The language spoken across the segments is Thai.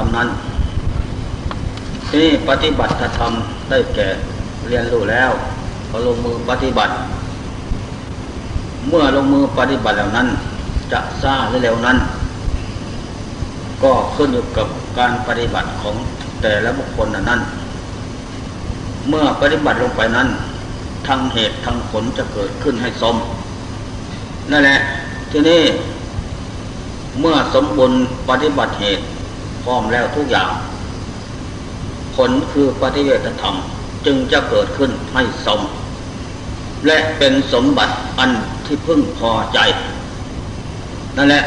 รมนั้นนี่ปฏิบัติธรรมได้แก่เรียนรู้แล้วพอลงมือปฏิบัติเมื่อลงมือปฏิบัติแล้วนั้นจะช้าหรือเร็วนั้นก็ขึ้นอยู่กับการปฏิบัติของแต่ละบุคคลนั้นเมื่อปฏิบัติลงไปนั้นทั้งเหตุทั้งผลจะเกิดขึ้นให้สมนั่นแหละทีนี้เมื่อสมบูรณ์ปฏิบัติเหตุพร้อมแล้วทุกอย่างผลคือปฏิเวทธรรมจึงจะเกิดขึ้นให้สมและเป็นสมบัติอันที่พึงพอใจนั่นแหละ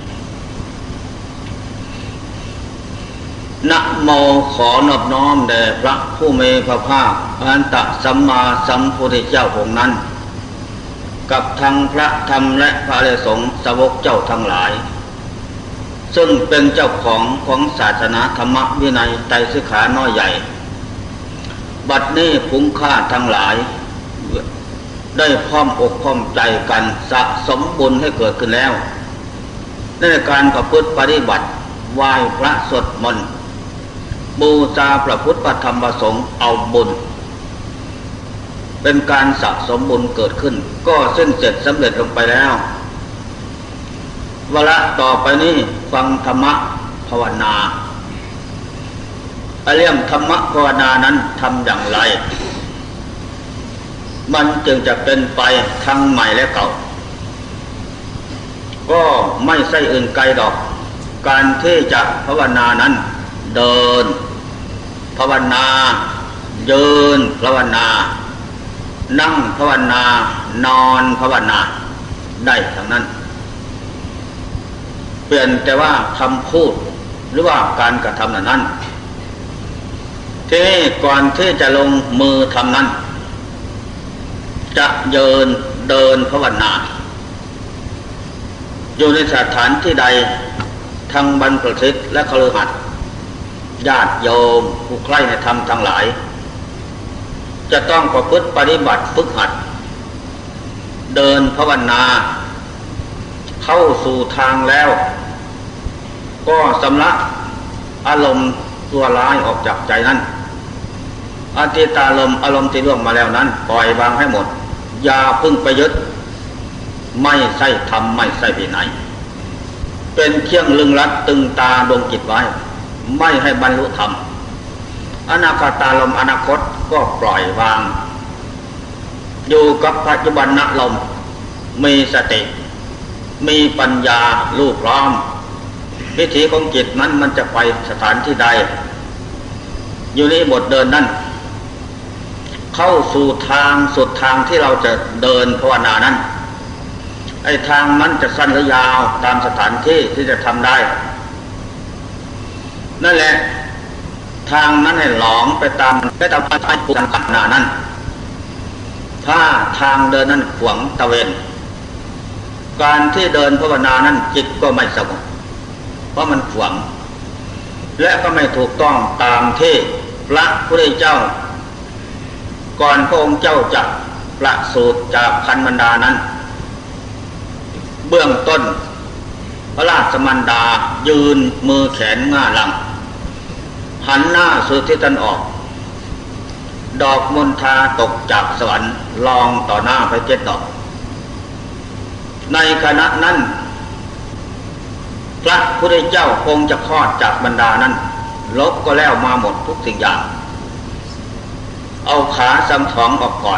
นะโมขอนอบน้อมแด่พระผู้มีพระภาคอรหันตสัมมาสัมพุทธเจ้าองค์นั้นกับทั้งพระธรรมและพระอริยสงฆ์สาวกเจ้าทั้งหลายซึ่งเป็นเจ้าของศาสนาธรรมวินัยไตรสิกขาน้อยใหญ่บัดนี้ผู้ข้าทั้งหลายได้พร้อมอกพร้อมใจกันสะสมบุญให้เกิดขึ้นแล้วในการประพฤติปฏิบัติไหว้พระสวดมนต์บูชาพระพุทธพระธรรมพระสงฆ์เอาบุญเป็นการสะสมบุญเกิดขึ้นก็สิ้นเสร็จสำเร็จลงไปแล้ววาระต่อไปนี้ฟังธรรมะภาวนาเรื่องธรรมะภาวนานั้นทำอย่างไรมันจึงจะเป็นไปทั้งใหม่และเก่าก็ไม่ใช่อื่นไกลดอกการที่จะภาวนานั้นเดินภาวนายืนภาวนานั่งภาวนานอนภาวนาได้ทั้งนั้นเปลี่ยนแต่ว่าคำพูดหรือว่าการกระทำนั้นทีนี้ก่อนที่จะลงมือทำนั้นจะยืนเดินภาวนาอยู่ในสถานที่ใดทั้งบรรพชิตและคฤหัสถ์ญาติโยมผู้ใคร่ในธรรมทั้งหลายจะต้องประพฤติปฏิบัติฝึกหัดเดินภาวนาเข้าสู่ทางแล้วก็สำลักอารมณ์ตัวร้ายออกจากใจนั้นอติตารมณ์อารมณ์ที่ล่วงมาแล้วนั้นปล่อยวางให้หมดอย่าพึ่งไปยึดไม่ใช่ธรรมไม่ใช่วินัยเป็นเครื่องลึงรัดตึงตาดวงจิตไว้ไม่ให้บรรลุธรรมอนาคตารมณ์อนาคตก็ปล่อยวางอยู่กับปัจจุบันลมมีสติมีปัญญารู้พร้อมวิถีของจิตนั้นมันจะไปสถานที่ใดอยู่ในบทเดินนั้นเข้าสู่ทางสุดทางที่เราจะเดินภาวนานั้นไอ้ทางนั้นจะสั้นหรือยาวตามสถานที่ที่จะทำได้นั่นแหละทางนั้นให้หลงไปตามทางปุกขันนานั้นถ้าทางเดินนั้นขวางตะเวนการที่เดินภาวนานั้นจิตก็ไม่สงบเพราะมันขวางและก็ไม่ถูกต้องตามที่พระพุทธเจ้าก่อนพระองค์เจ้าจะประสูติจากคันมารดานั้นเบื้องต้นพระราชมารดายืนมือแขนง่าหลังหันหน้าสู่ทิศตะวันออกดอกมณฑาตกจากสวรรค์ลองต่อหน้าไป7 ดอกในขณะนั้นพระพุทธเจ้าคงจะคลอดจากบรรดานั้นลบก็แล้วมาหมดทุกสิ่งอย่างเอาขาซ้ำท้องออกก่อน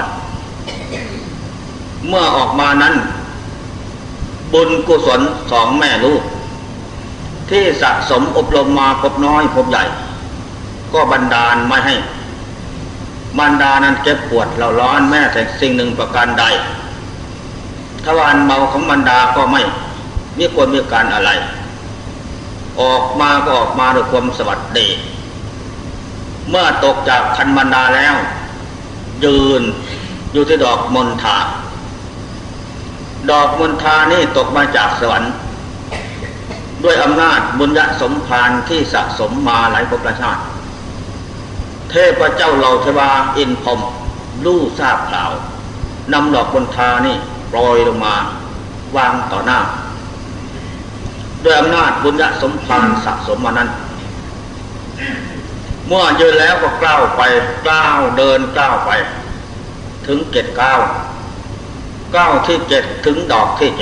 เมื่อออกมานั้นบุญกุศล2 แม่ลูกที่สะสมอบรมมาพบน้อยพบใหญ่ก็บันดาลไม่ให้มารดานั้นเจ็บปวดเราร้อนแม้แต่สิ่งหนึ่งประการใดทวารเมาของมารดาก็ไม่มีควรมีการอะไรออกมาก็ออกมาด้วยความสวัสดีเมื่อตกจากคันมารดาแล้วยืนอยู่ที่ดอกมณฑาดอกมณฑานี่ตกมาจากสวรรค์ด้วยอำนาจบุญญสมภารที่สะสมมาหลายภพหลายชาติเทพเจ้าเหล่าเทวาอินพรหมรู้ทราบข่าวนำดอกมณฑานี่ปล่อยลงมาวางต่อหน้าด้วยอำนาจบุญญสมภารสะสมมานั้นเมื่อยืนแล้วก็ก้าวไปก้าวเดินก้าวไปถึง7 ก้าวก้าวที่7ถึงดอกที่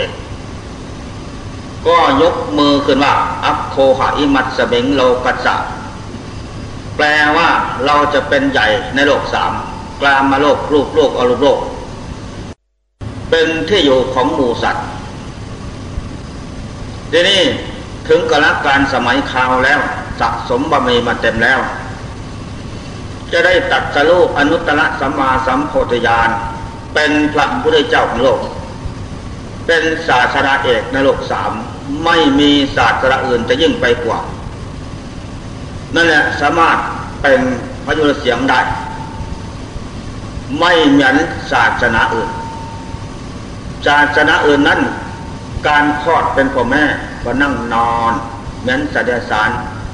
7ก็ยกมือขึ้นว่าอัคโคหะอิมัตสเบงโลกัสสะแปลว่าเราจะเป็นใหญ่ในโลก3กามโลกรูปโลกอรูปโลกเป็นที่อยู่ของหมู่สัตว์ทีนี้ถึงกาลการสมัยคราวแล้วสะสมบารมีมาเต็มแล้วจะได้ตรัสรู้อนุตตรสัมมาสัมโพธิญาณเป็นพระพุทธเจ้าของโลกเป็นศาสดาเอกในโลก3ไม่มีศาสดาอื่นจะยิ่งไปกว่านั่นแหละสามารถเป็นพระยุรเสียงได้ไม่เหมือนศาสนาอื่นศาสนาอื่นนั้นการคลอดเป็นพ่อแม่ก็นั่งนอนเหมือนสัตว์สาร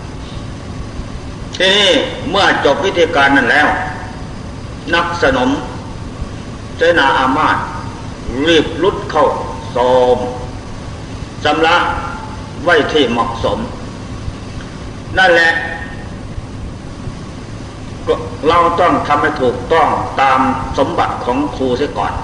ทีนี้เมื่อจบวิธีการนั้นแล้วนักสนมเสนาอามาตย์รีบลุดเข้าโสมชำระไว้ที่เหมาะสมนั่นแหละเราต้องทำให้ถูกต้องตามสมบัติของครูเสียก่อน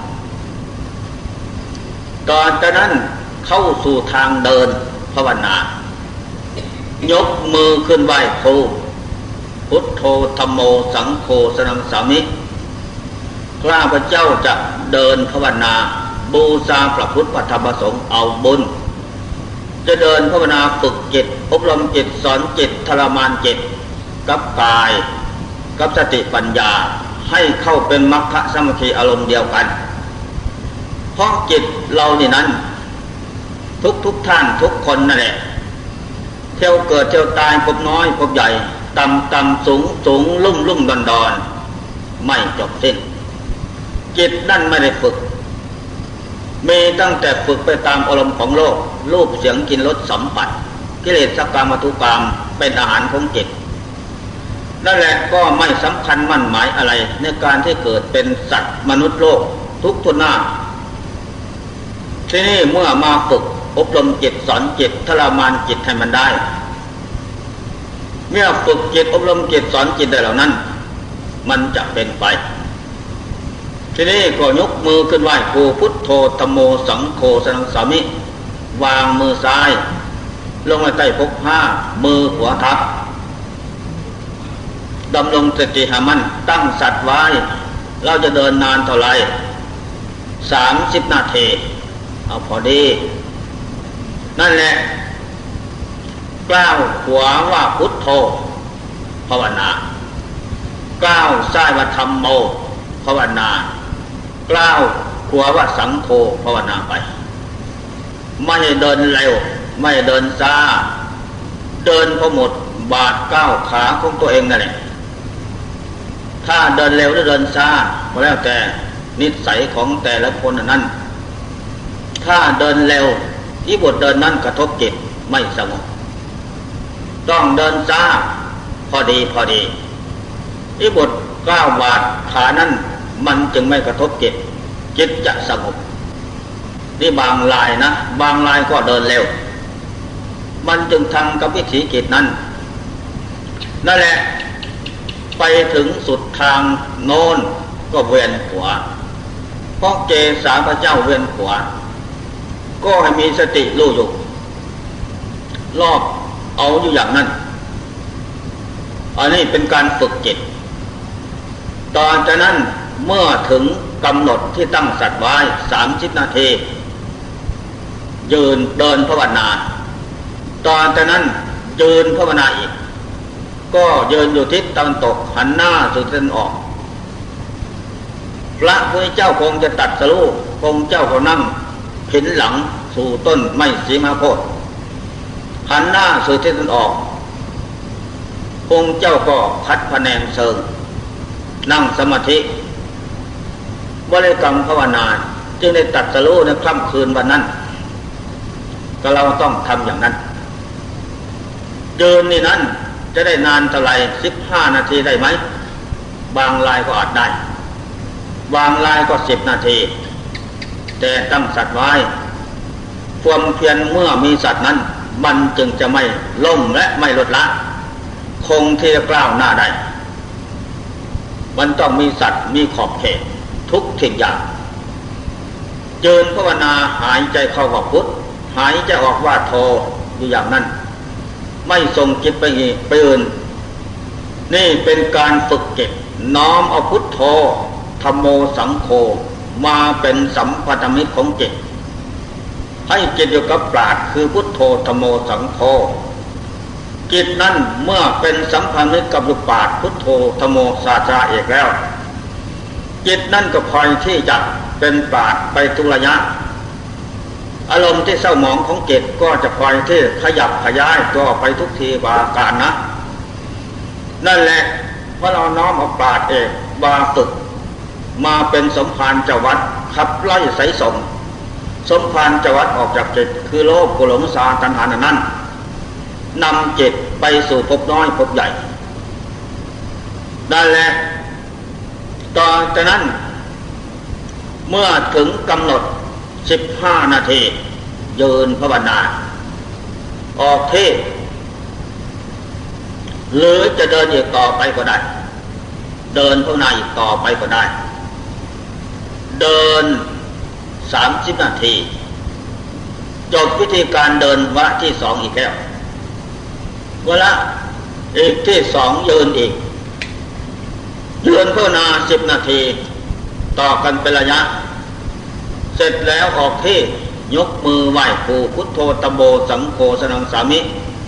ต่อจากนั้นเข้าสู่ทางเดินภาวนายกมือขึ้นไหว้ครูพุทโธธัมโมสังโฆสนังสามิข้าพเจ้าจะเดินภาวนาบูชาพระพุทธพระธรรมพระสงฆ์เอาบุญจะเดินภาวนาฝึกจิตอบรมจิตสอนจิตทรมานจิตกับกายกับสติปัญญาให้เข้าเป็นมรรคสามัคคีอารมณ์เดียวกันเพราะจิตเรานี่นั้นทุกท่านทุกคนนั่นแหละเที่ยวเกิดเที่ยวตายพบน้อยพบใหญ่ต่ำสูงลุ่มดอนไม่จบสิ้นจิตนั่นไม่ได้ฝึกมีตั้งแต่ฝึกไปตามอารมณ์ของโลกรูปเสียงกลิ่นรสสัมผัสกิเลสกามทุกรรมเป็นอาหารของจิตนั่นแหละก็ไม่สำคัญมั่นหมายอะไรในการที่เกิดเป็นสัตว์มนุษย์โลกทุกทุนหน้าที่นี่เมื่อมาฝึกอบรมจิตสอนจิตทรมานจิตให้มันได้เมื่อฝึกจิตอบรมจิตสอนจิตได้เหล่านั้นมันจะเป็นไปทีนี้ก็ยกมือขึ้นไหว้ครูพุทโธธัมโมสังโฆสนังสามิวางมือซ้ายลงไปใต้พกผ้ามือขวาทับดำรงสติให้มั่นตั้งสัตว์ไว้เราจะเดินนานเท่าไหร่30 นาทีเอาพอดีนั่นแหละกล้าวขวาว่าพุทโธภาวนากล้าวซ้ายว่าธัมโมภาวนากล้าวขวาว่าสังโฆภาวนาไปไม่ให้เดินเร็วไม่ให้เดินช้าเดินพอหมดบาทก้าวขาของตัวเองนั่นแหละถ้าเดินเร็วหรือเดินช้าก็แล้วแต่นิสัยของแต่ละคนนั้นถ้าเดินเร็วที่บทเดินนั้นกระทบจิตไม่สงบต้องเดินช้าพอดีที่บทก้าวบาทขานั้นมันจึงไม่กระทบจิตจะสงบนี่บางรายนะบางรายก็เดินเร็วมันจึงทำกับวิถีจิตนั้นนั่นแหละไปถึงสุดทางโน้นก็เวียนหัวเพราะเกศาพระเจ้าเวียนหัวก็ให้มีสติรู้อยู่รอบเอาอยู่อย่างนั้นอันนี้เป็นการฝึกจิตตอนจากนั้นเมื่อถึงกำหนดที่ตั้งสัตว์ไว้30 นาทียืนเดินภาวนาตอนจากนั้นยืนภาวนาอีกก็ยืนอยู่ทิศตะวันตกหันหน้าสู่ทิศตะวันออกพระพุทธเจ้าคงจะตรัสรู้คงเจ้าก็นั่งผินหลังสู่ต้นไม้สีมหาโพธิ์หันหน้าสู่ทิศตะวันออกองค์เจ้าก็พัดพะแนงเชิงนั่งสมาธิบริกรรมภาวนาจึงได้ตรัสรู้ในค่ำคืนวันนั้นก็เราต้องทำอย่างนั้นยืนนี่นั้นจะได้นานเท่าไหร่15 นาทีได้ไหมบางรายก็อาจได้บางรายก็10 นาทีแต่ตั้งสัตว์ไว้ความเพียรเมื่อมีสัตว์นั้นมันจึงจะไม่ล้มและไม่ลดละคคงที่จะกล้าวหน้าได้มันต้องมีสัตว์มีขอบเขตทุกสิ่งอย่างเจริญภาวนาหายใจเข้าว่าพุทธหายใจออกว่าโทอยู่อย่างนั้นไม่ส่งจิตไปอื่นนี่เป็นการฝึกจิตน้อมเอาพุทโธธัมโมสังโฆมาเป็นสัมพันธมิตรของจิตให้จิตอยู่กับปราชญ์คือพุทโธธัมโมสังโฆจิตนั้นเมื่อเป็นสัมพันธมิตรกับลูกปราชญ์พุทโธธัมโมศาสตราเอกแล้วจิตนั่นก็พลอยที่จะเป็นปราชญ์ไปทุกระยะอารมณ์ที่เศร้าหมองของจิตก็จะพลอยที่ขยับขยายตัวออกไปทุกทีบาการนะนั่นแหละเพราะเราน้อมเอาปราชญ์เอกบาฝึกมาเป็นสมภารเจ้าวัดขับไล่ไสสมภารเจ้าวัดออกจากจิตคือโลภโกรธหลงสาตัณหานั้นนำจิตไปสู่ภพน้อยภพใหญ่นั่นแหละต่อจากนั้นเมื่อถึงกำหนด15 นาทียืนภาวนาออกเทศหรือจะเดินอีกต่อไปก็ได้เดินภาวนาอีกต่อไปก็ได้เดิน30 นาทีจบวิธีการเดินวะที่2อีกแล้ววะละอีกที่2ยืนอีกยืนภาวนา10 นาทีต่อกันเป็นระยะเสร็จแล้วออกเทศยกมือไหว้ครูพุทโธธัมโมสังโฆสนังสามิ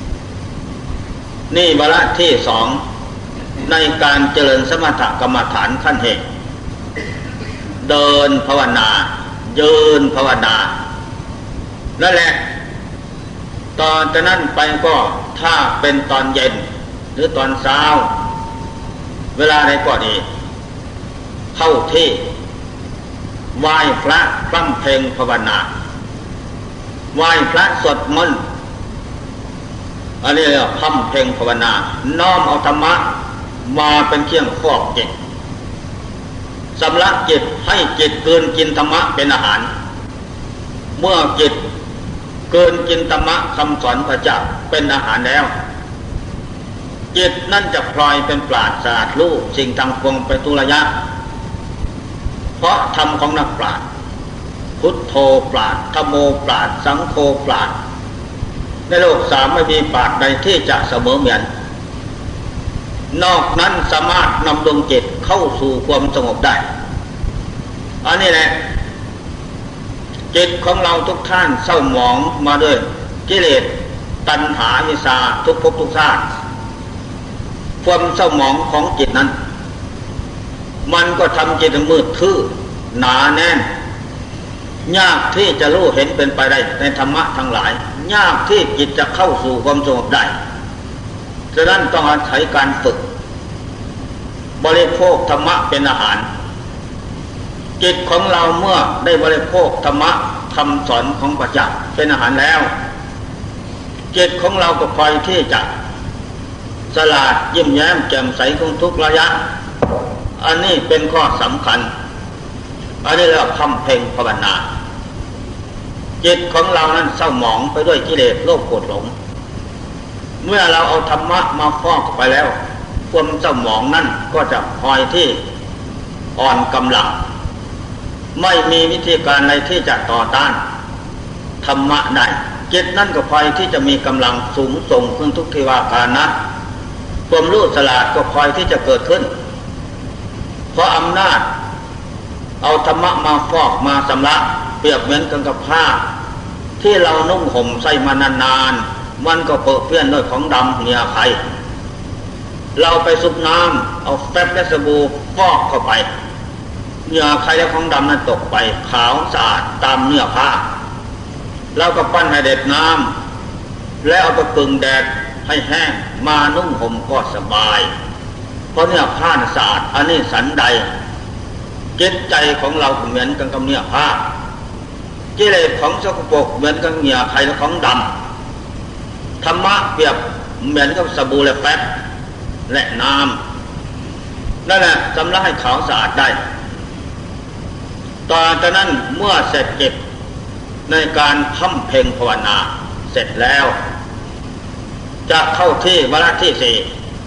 นี่วาระที่2ในการเจริญสมถกรรมฐานขั้นเหตุเดินภาวนายืนภาวนานั่นแหละตอนจากนั้นไปก็ถ้าเป็นตอนเย็นหรือตอนเช้าเวลาใดก็ดีเข้าที่ไหว้พระพร่ำเพลงภาวนาไหว้พระสวดมนต์อันนี้เรียกว่าพร่ำเพลงภาวนาน้อมเอาธรรมะมาเป็นเครื่องฟอกจิตสำลักจิตให้จิตเกินกินธรรมะเป็นอาหารเมื่อจิตเกินกินธรรมะคำสอนพระเจ้าเป็นอาหารแล้วจิตนั่นจะพลอยเป็นปราศจากรู้สิ่งต่างปวงไปทุกระยะเพราะธรรมของนักปราชญ์พุทโธปราชญ์ธัมโมปราชญ์สังโฆปราชญ์ในโลก3ไม่มีปราชญ์ใดที่จะเสมอเหมือนนอกนั้นสามารถนำดวงจิตเข้าสู่ความสงบได้อันนี้แหละจิตของเราทุกท่านเศร้าหมองมาด้วยกิเลสตัณหาวิชาทุกภพทุกชาติความเศร้าหมองของจิตนั้นมันก็ทำจิตมืดทื่อหนาแน่นยากที่จะรู้เห็นเป็นไปได้ในธรรมะทั้งหลายยากที่จิตจะเข้าสู่ความสงบได้ฉะนั้นต้องอาศัยการฝึกบริโภคธรรมะเป็นอาหารจิตของเราเมื่อได้บริโภคธรรมะคำสอนของพระเจ้าเป็นอาหารแล้วจิตของเราก็คอยที่จะสลาดยิ้มแย้มแจ่มใสทุกระยะอันนี้เป็นข้อสำคัญอันนี้เรียกว่าพร่ำเพลงภาวนาจิตของเรานั้นเศร้าหมองไปด้วยกิเลสโลภโกรธหลงเมื่อเราเอาธรรมะมาฟอกไปแล้วความเศร้าหมองนั่นก็จะพลอยที่อ่อนกำลังไม่มีวิธีการใดที่จะต่อต้านธรรมะได้จิตนั่นก็พลอยที่จะมีกำลังสูงส่งขึ้นทุกทีวาการนะความรู้สลาดก็พลอยที่จะเกิดขึ้นเพราะอำนาจเอาธรรมะมาฟอกมาสำระเปรียบเหมือนกันกับผ้าที่เรานุ่งห่มใส่มานานๆมันก็เปื้อนเปื้อนด้วยของดำเหงื่อใครเราไปซุบน้ำเอาแฟบและสบู่ฟอกเข้าไปเหงื่อใครและของดำนั้นตกไปขาวสะอาดตามเนื้อผ้าแล้วก็ปั้นให้เด็ดน้ำแล้วเอาไปกึ่งแดดให้แห้งมานุ่งห่มก็สบายเพราะเนื้อผ้าสะอาดอันนี้สันใดจิตใจของเราเหมือนกันกับเนื้อผ้ากิเลสของสกปรกเหมือนกับเหงื่อใครและของดำธรรมะเปรียบเหมือนกับสบู่และแฟบและน้ำนั่นแหละชำระให้ขาวสะอาดได้ต่อจากนั้นเมื่อเสร็จกิจในการพร่ำเพลงภาวนาเสร็จแล้วจะเข้าที่วาระที่4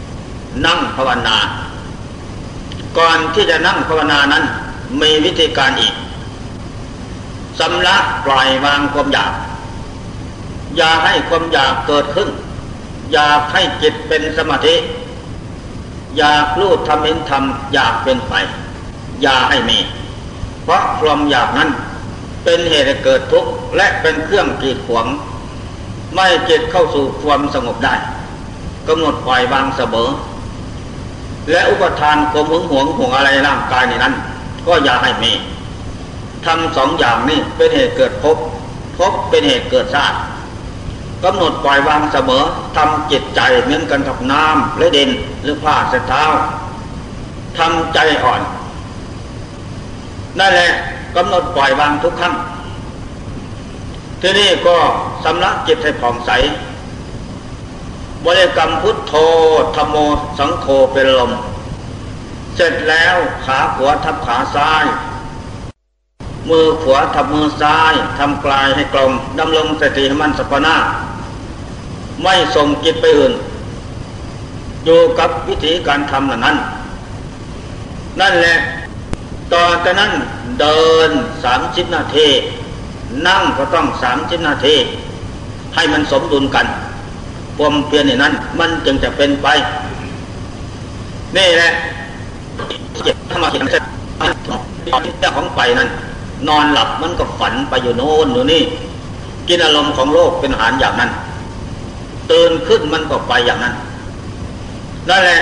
นั่งภาวนาก่อนที่จะนั่งภาวนานั้นมีวิธีการอีกสำละปล่อยวางความอยากอย่าให้ความอยากเกิดขึ้นอยากให้จิตเป็นสมาธิอยากรู้ธรรมเห็นธรรมอยากเป็นไปอย่าให้มีเพราะความอยากนั้นเป็นเหตุให้เกิดทุกข์และเป็นเครื่องกีดขวางไม่จิตเข้าสู่ความสงบได้กำหนดปล่อยวางเสมอและอุปทานความหึงหวงห่วงอะไรร่างกายในนั้นก็อย่าให้มีทำสองอย่างนี้เป็นเหตุเกิดภพเป็นเหตุเกิดชาติกำหนดปล่อยวางเสมอทำจิตใจเหมือนกันกับน้ำและดินหรือผ้าเช็ดเท้าทำใจอ่อนนั่นแหละกำหนดปล่อยวางทุกครั้งทีนี้ก็สำลักจิตให้ผ่องใสบริกรรมพุทโธธัมโมสังโฆเป็นลมเสร็จแล้วขาขวาทับขาซ้ายมือขวาทับมือซ้ายทำกลายให้กลมดำรงสติให้มั่นสัพพะไม่ส่งจิตไปอื่นอยู่กับวิธีการทำนั้นนั่นแหละต่อจากนั้นเดิน30 นาทีนั่งก็ต้อง30 นาทีให้มันสมดุลกันความเพียรในนั้นมันจึงจะเป็นไปนี่แหละถ้ามาเห็นเจ้าของไปนั้นนอนหลับมันก็ฝันไปอยู่โน่นอยู่นี่กินอารมณ์ของโลกเป็นอาหารอย่างนั้นตื่นขึ้นมันก็ไปอย่างนั้นนั่นแหละ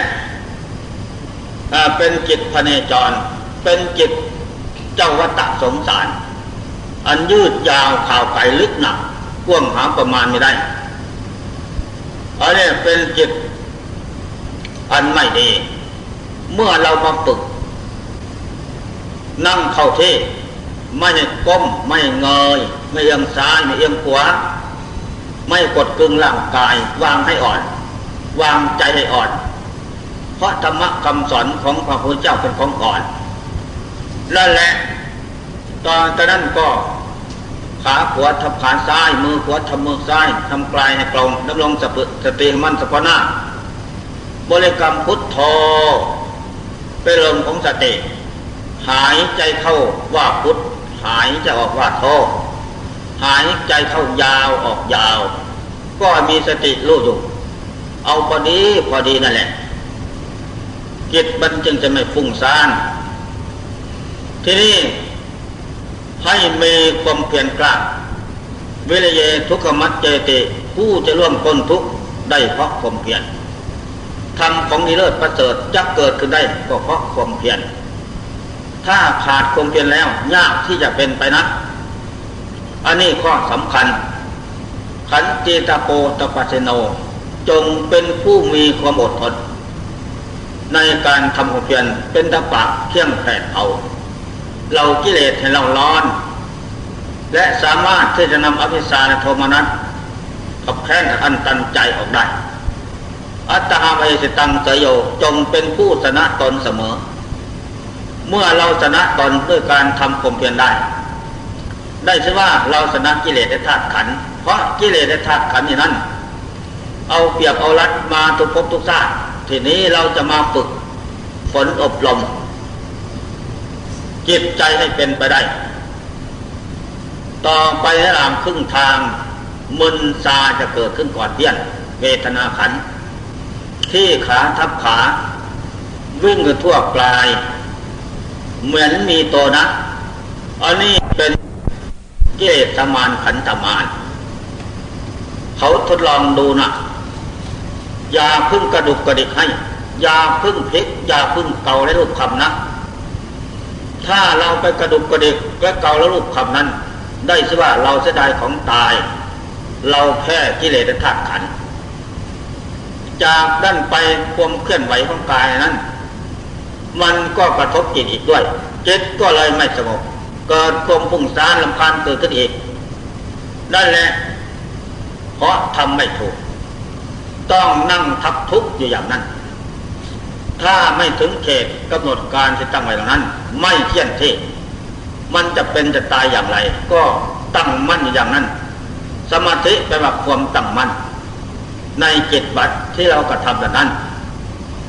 เป็นจิตพเนจรเป็นจิตเจ้าวัฏสงสารอันยืดยาวข่าวไกลลึกหนักกว้างหาประมาณไม่ได้อันนี้เป็นจิตอันไม่ดีเมื่อเรามาฝึกนั่งเข้าที่ไม่ให้ก้มไม่เงยไม่เอียงซ้ายไม่เอียงขวาไม่กดกึ่งร่างกายวางให้อ่อนวางใจให้อ่อนเพราะธรรมะคำสอนของพระพุทธเจ้าเป็นของอ่อนนั่นแหละตอนนั้นก็ขาขวาทับขาซ้ายมือขวาทับมือซ้ายทำกลายให้ตรงดำรงสติมั่นสัพพะบริกรรมพุทโธเป็นลมของสติหายใจเข้าว่าพุทหายใจออกว่าโธหายใจเข้ายาวออกยาวก็มีสติรู้อยู่เอาพอดีนั่นแหละจิตมันจึงจะไม่ฟุ้งซ่านทีนี้ให้มีความเพียรกล้าวิริยทุกขมัจเจติผู้จะร่วมพ้นทุกข์ได้เพราะความเพียรธรรมของนิเลิศประเสริฐจะเกิดขึ้นได้ก็เพราะความเพียรถ้าขาดความเพียรแล้วยากที่จะเป็นไปนะอันนี้ข้อสำคัญขันติตโปตปัสสโนจงเป็นผู้มีความอดทนในการทำความเพียรเป็นตปะเที่ยงแผดเอาเรากิเลสให้เราร้อนและสามารถที่จะนำอภิชาและโทมนัสขับแค้นอันตันใจออกได้อัตตาเวสิตังเสยโยจงเป็นผู้ชนะตนเสมอเมื่อเราชนะตนด้วยการทำความเพียรได้ชื่อว่าเราชนะกิเลสและธาตุขันธ์เพราะกิเลสและธาตุขันธ์นี่นั้นเอาเปรียบเอารัดมาทุกภพทุกชาติทีนี้เราจะมาฝึกฝนอบรมจิตใจให้เป็นไปได้ต่อไปในระหว่างครึ่งทางมึนซาจะเกิดขึ้นก่อนเพี้ยนเวทนาขันธ์ที่ขาทับขาวิ่งกันทั่วกลายเหมือนมีตัวนะอันนี้เป็นกิเลสมารขันธมารเขาทดลองดูนะอย่าพึ่งกระดุกกระดิกให้อย่าพึ่งพลิกอย่าพึ่งเกาและรูปคำนะถ้าเราไปกระดุกกระดิกและเกาและรูปคำนั้นได้ชื่อว่าเราเสียดายของตายเราแพ้กิเลสธาตุขันธ์จากด้านไปความเคลื่อนไหวของกายนั้นมันก็กระทบจิตอีกด้วยจิตก็เลยไม่สงบเกิดความฟุ้งซ่านรำคาญเกิดขึ้นอีกนั่นแหละเพราะทำไม่ถูกต้องนั่งทับทุกข์อยู่อย่างนั้นถ้าไม่ถึงเขตกำหนดการที่ตั้งไว้เหล่านั้นไม่เที่ยงที่มันจะเป็นจะตายอย่างไรก็ตั้งมั่นอยู่อย่างนั้นสมาธิแปลว่าความตั้งมั่นในจิตบัตรที่เรากระทำแบบนั้น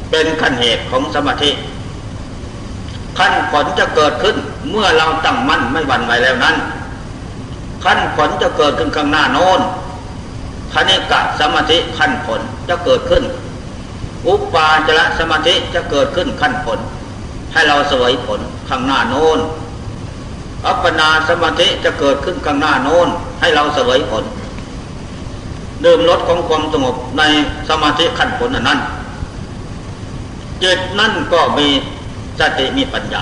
เป็นขั้นเหตุของสมาธิขั้นผลจะเกิดขึ้นเมื่อเราตั้งมั่นไม่หวั่นไหวแล้วนั้นขั้นผลจะเกิดขึ้นข้างหน้าโน้นคณิกะสมาธิขั้นผลจะเกิดขึ้นอุปาจารสมาธิจะเกิดขึ้นขั้นผลให้เราเสวยผลข้างหน้าโน้นอัปปนาสมาธิจะเกิดขึ้นข้างหน้าโน้นให้เราเสวยผลดื่มรสของความสงบในสมาธิขั้นผลนั้นจิตนั่นก็มีสติมีปัญญา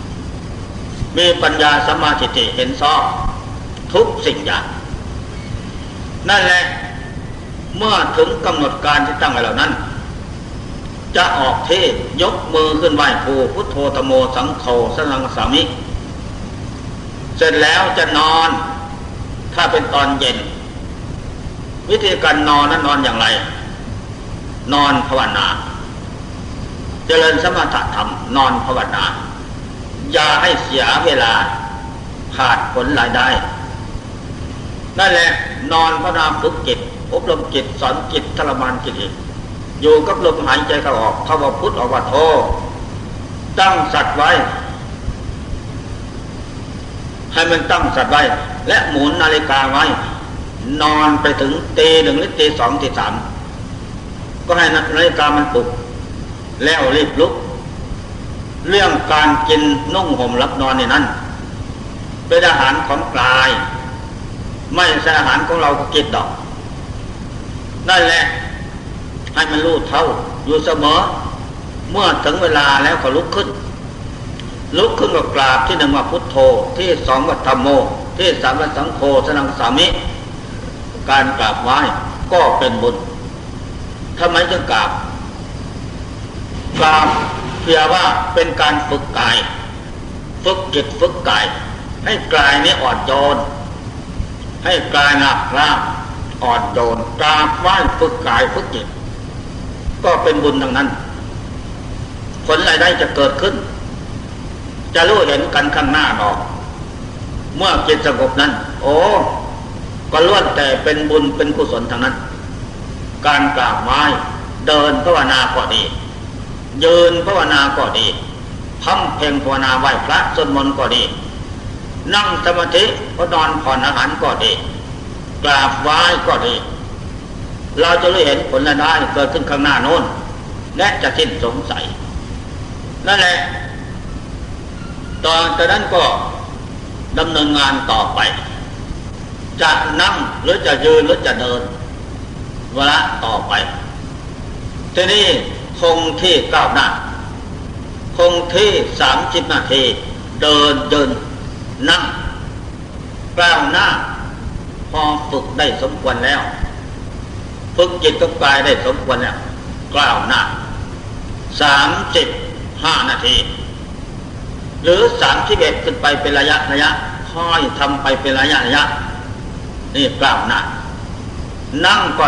สมาธิเห็นชอบทุกสิ่งอย่างนั่นแหละเมื่อถึงกำหนดการที่ตั้งไว้แล้วนั้นจะออกเทศยกมือขึ้นไหว้ครูพุทโธธัมโมสังโฆสนังสามิเสร็จแล้วจะนอนถ้าเป็นตอนเย็นวิธีการนอนนั้นนอนอย่างไรนอนภาวนาเจริญสมถะธรรมนอนภาวนาอย่าให้เสียเวลาขาดผลรายได้นั่นแหละนอนภาวนาฝึกจิตอบรมจิตสอนจิตทรมานจิตอยู่กับลมหายใจเข้าออกเข้าว่าพุทธออกว่าโธตั้งสัตว์ไว้ให้มันตั้งสัตว์ไว้และหมุนนาฬิกาไว้นอนไปถึงตีหนึ่งหรือตีสองตีสามก็ให้นาฬิกามันปลุกแล้วรีบลุกเรื่องการกินนุ่งห่มรับนอนในนั้นเป็นอาหารของกายไม่ใช่อาหารของเราก็กินดอกนั่นแหละให้มันรู้เท่าอยู่เสมอเมื่อถึงเวลาแล้วก็ลุกขึ้นก็กราบที่หนึ่งว่าพุทโธที่สองว่าธัมโมที่สามว่าสังโฆสนังสามิการกราบไหว้ก็เป็นบุญทำไมจึงกราบเพื่อว่าเป็นการฝึกกายฝึกจิตฝึกกายให้กายนี้อ่อนโยนให้กายหนักร่างอ่อนโยนกราบไหว้ฝึกกายฝึกจิตก็เป็นบุญทั้งนั้นผลรายได้จะเกิดขึ้นจะรู้เห็นกันข้างหน้าดอกเมื่อจิตสงบนั้นโอ้ก็ล้วนแต่เป็นบุญเป็นกุศลทั้งนั้นการกราบไหว้เดินภาวนาก็ดียืนภาวนาก็ดีทำเพ่งภาวนาไหว้พระสวดมนต์ก็ดีนั่งสมาธิก็นอนผ่อนอาหารก็ดีกราบไหว้ก็ดีเราจะรู้เห็นผลได้เกิดขึ้นข้างหน้าโน้นและจะสิ้นสงสัยนั่นแหละตอนจากนั้นก็ดำเนินงานต่อไปจะนั่งหรือจะยืนหรือจะเดินเวลาต่อไปทีนี้คงที่ก้าวหน้าคงที่30 นาทีเดินยืนนั่งก้าวหน้าพอฝึกได้สมควรแล้วฝึกจิตกับกายได้สมควรแล้วก้าวหน้า35 นาทีหรือ31ขึ้นไปเป็นระยะค่อยทำไปเป็นระยะนี่ก้าวหน้านั่งก็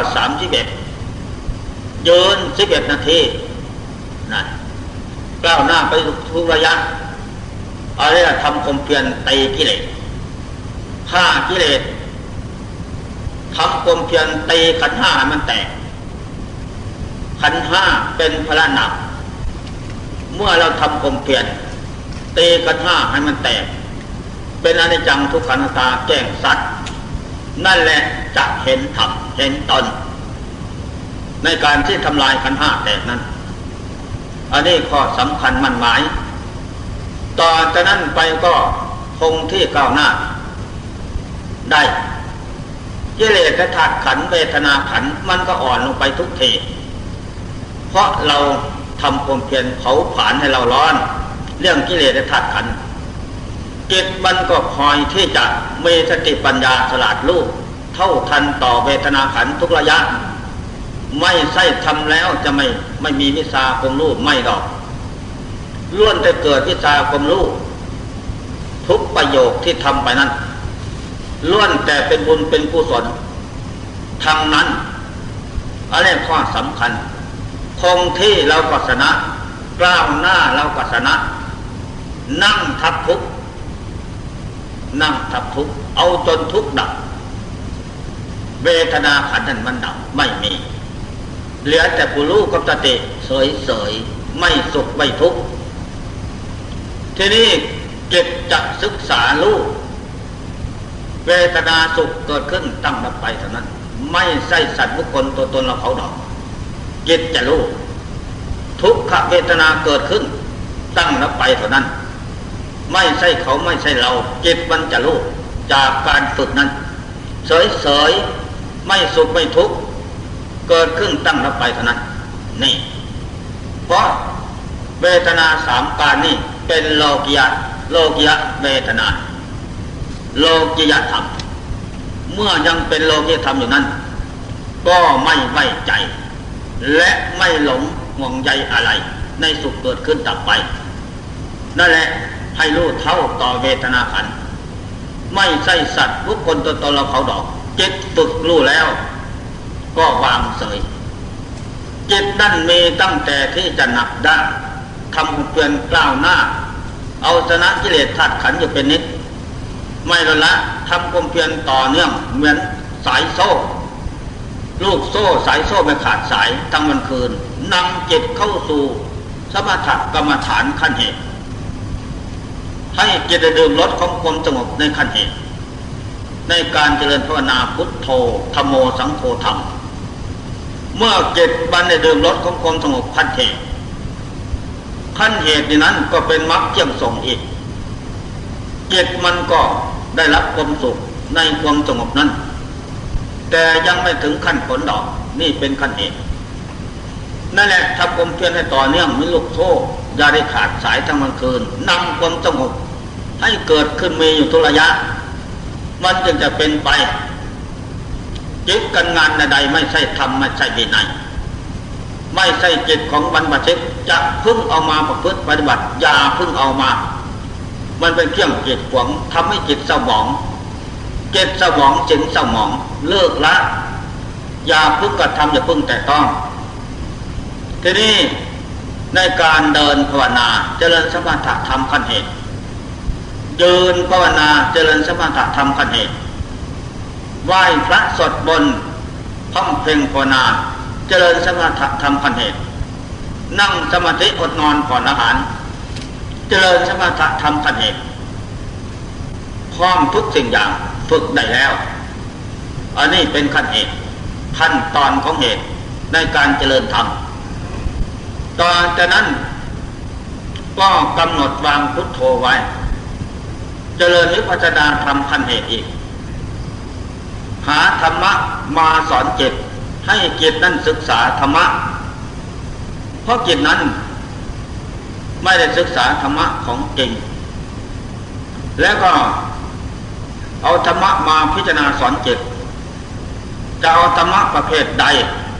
31ยืน11 นาทีนั่นก้าวหน้าไปทุกระยะอะไรทำความเพียรตีกิเลสฆ่ากิเลสทำความเพียรตีขันธ์ 5ให้มันแตกขันธ์ 5เป็นพละหนักเมื่อเราทำความเพียรตีขันธ์ 5ให้มันแตกเป็นอนิจจังทุกขังอนัตตาแจ้งสัตว์นั่นแหละจะเห็นธรรมเห็นตนในการที่ทำลายขันธ์ 5แตกนั้นอันนี้ข้อสำคัญมั่นหมายต่อจากนั้นไปก็คงที่ก้าวหน้าได้กิเลสและธาตุขันธ์เวทนาขันธ์มันก็อ่อนลงไปทุกทีเพราะเราทำความเพียรเผาผลาญให้เราร้อนเรื่องกิเลสและธาตุขันธ์จิตมันก็คอยที่จะมีสติปัญญาฉลาดรู้เท่าทันต่อเวทนาขันธ์ทุกระยะไม่ใช่ทำแล้วจะไม่มีวิชาความรู้ไม่ดอกล้วนแต่เกิดวิชาความรู้ทุกประโยคที่ทำไปนั้นล้วนแต่เป็นบุญเป็นกุศลทั้งนั้นอะไรข้อสำคัญคงที่เราก็ชนะก้าวหน้าเราก็ชนะนั่งทับทุกข์เอาจนทุกข์ดับเวทนาขันธ์นั้นมันดับไม่มีเหลือแต่ผู้รู้กับสติเฉยๆไม่สุขไม่ทุกข์ทีนี้จิตจะศึกษารู้เวทนาสุขเกิดขึ้นตั้งรับไปเท่านั้นไม่ใช่สัตว์บุคคลตัวตนเราเขาดอกจิตจะรู้ทุกขเวทนาเกิดขึ้นตั้งรับไปเท่านั้นไม่ใช่เขาไม่ใช่เราจิตมันจะรู้จากการฝึกนั้นเฉยๆไม่สุขไม่ทุกข์เกิดขึ้นตั้งรับไปเท่านั้นนี่เพราะเวทนาสามการนี้เป็นโลกิยะเวทนาโลกิยธรรมเมื่อยังเป็นโลกิยธรรมอยู่นั้นก็ไม่ไว้ใจและไม่หลงห่วงใยอะไรในสุขเกิดขึ้นดับไปนั่นแหละให้รู้เท่าต่อเวทนาขันธ์ไม่ใช่สัตว์บุคคลตัวตนเราเขาดอกจิตฝึกรู้แล้วก็วางเฉยจิตนั่นมีตั้งแต่ที่จะหนักด้านทำเปลี่ยนกล้าวหน้าเอาชนะกิเลสธาตุขันธ์อยู่เป็นนิดไม่ละทำความเพียรต่อเนื่องเหมือนสายโซ่ลูกโซ่สายโซ่ไม่ขาดสายทั้งวันคืนนำจิตเข้าสู่สมถกรรมฐานขั้นเหตุให้จิตได้ดื่มรสของความสงบในขั้นเหตุในการเจริญภาวนาพุทโธธัมโมสังโฆธรรมเมื่อจิตบันได้ดื่มรสของความสงบขั้นเหตุนี้นั้นก็เป็นมรรคเที่ยงส่งอีกจิตมันก็ได้รับความสุขในความสงบนั้นแต่ยังไม่ถึงขั้นผลดอกนี่เป็นขั้นเหตุนั่นแหละทำความเพียรให้ต่อเนื่องมีลูกโซ่อย่าได้ขาดสายทั้งวันคืนนำความสงบให้เกิดขึ้นมีอยู่ทุกระยะมันจึงจะเป็นไปจิตการงานใดไม่ใช่ธรรมไม่ใช่วินัยไม่ใช่จิตของบรรพชิตจะพึ่งเอามาประพฤติปฏิบัติอย่าพึ่งเอามามันเป็นเครื่องจิตขวางทำให้จิตเศร้าหมองจิตเศร้าหมองจิตเศร้าหมองเลิกละอย่าพึ่งกระทำอย่าพึ่งแต่ต้องทีนี้ในการเดินภาวนาเจริญสมถะธรรมขั้นเหตุยืนภาวนาเจริญสมถะธรรมขั้นเหตุไหว้พระสวดมนต์ท่องเพลงภาวนาเจริญสมถะธรรมขั้นเหตุนั่งสมาธิอดนอนก่อนอาหารเจริญสมถะธรรมขั้นเหตุพร้อมทุกสิ่งอย่างฝึกได้แล้วอันนี้เป็นขั้นเหตุขั้นตอนของเหตุในการเจริญธรรมต่อจากนั้นก็กำหนดวางพุทโธไว้เจริญวิปัสสนาธรรมขั้นเหตุอีกหาธรรมะมาสอนจิตให้จิตนั้นศึกษาธรรมะเพราะจิตนั้นไม่ได้ศึกษาธรรมะของจริงแล้วก็เอาธรรมะมาพิจารณาสอนจิตจะเอาธรรมะประเภทใด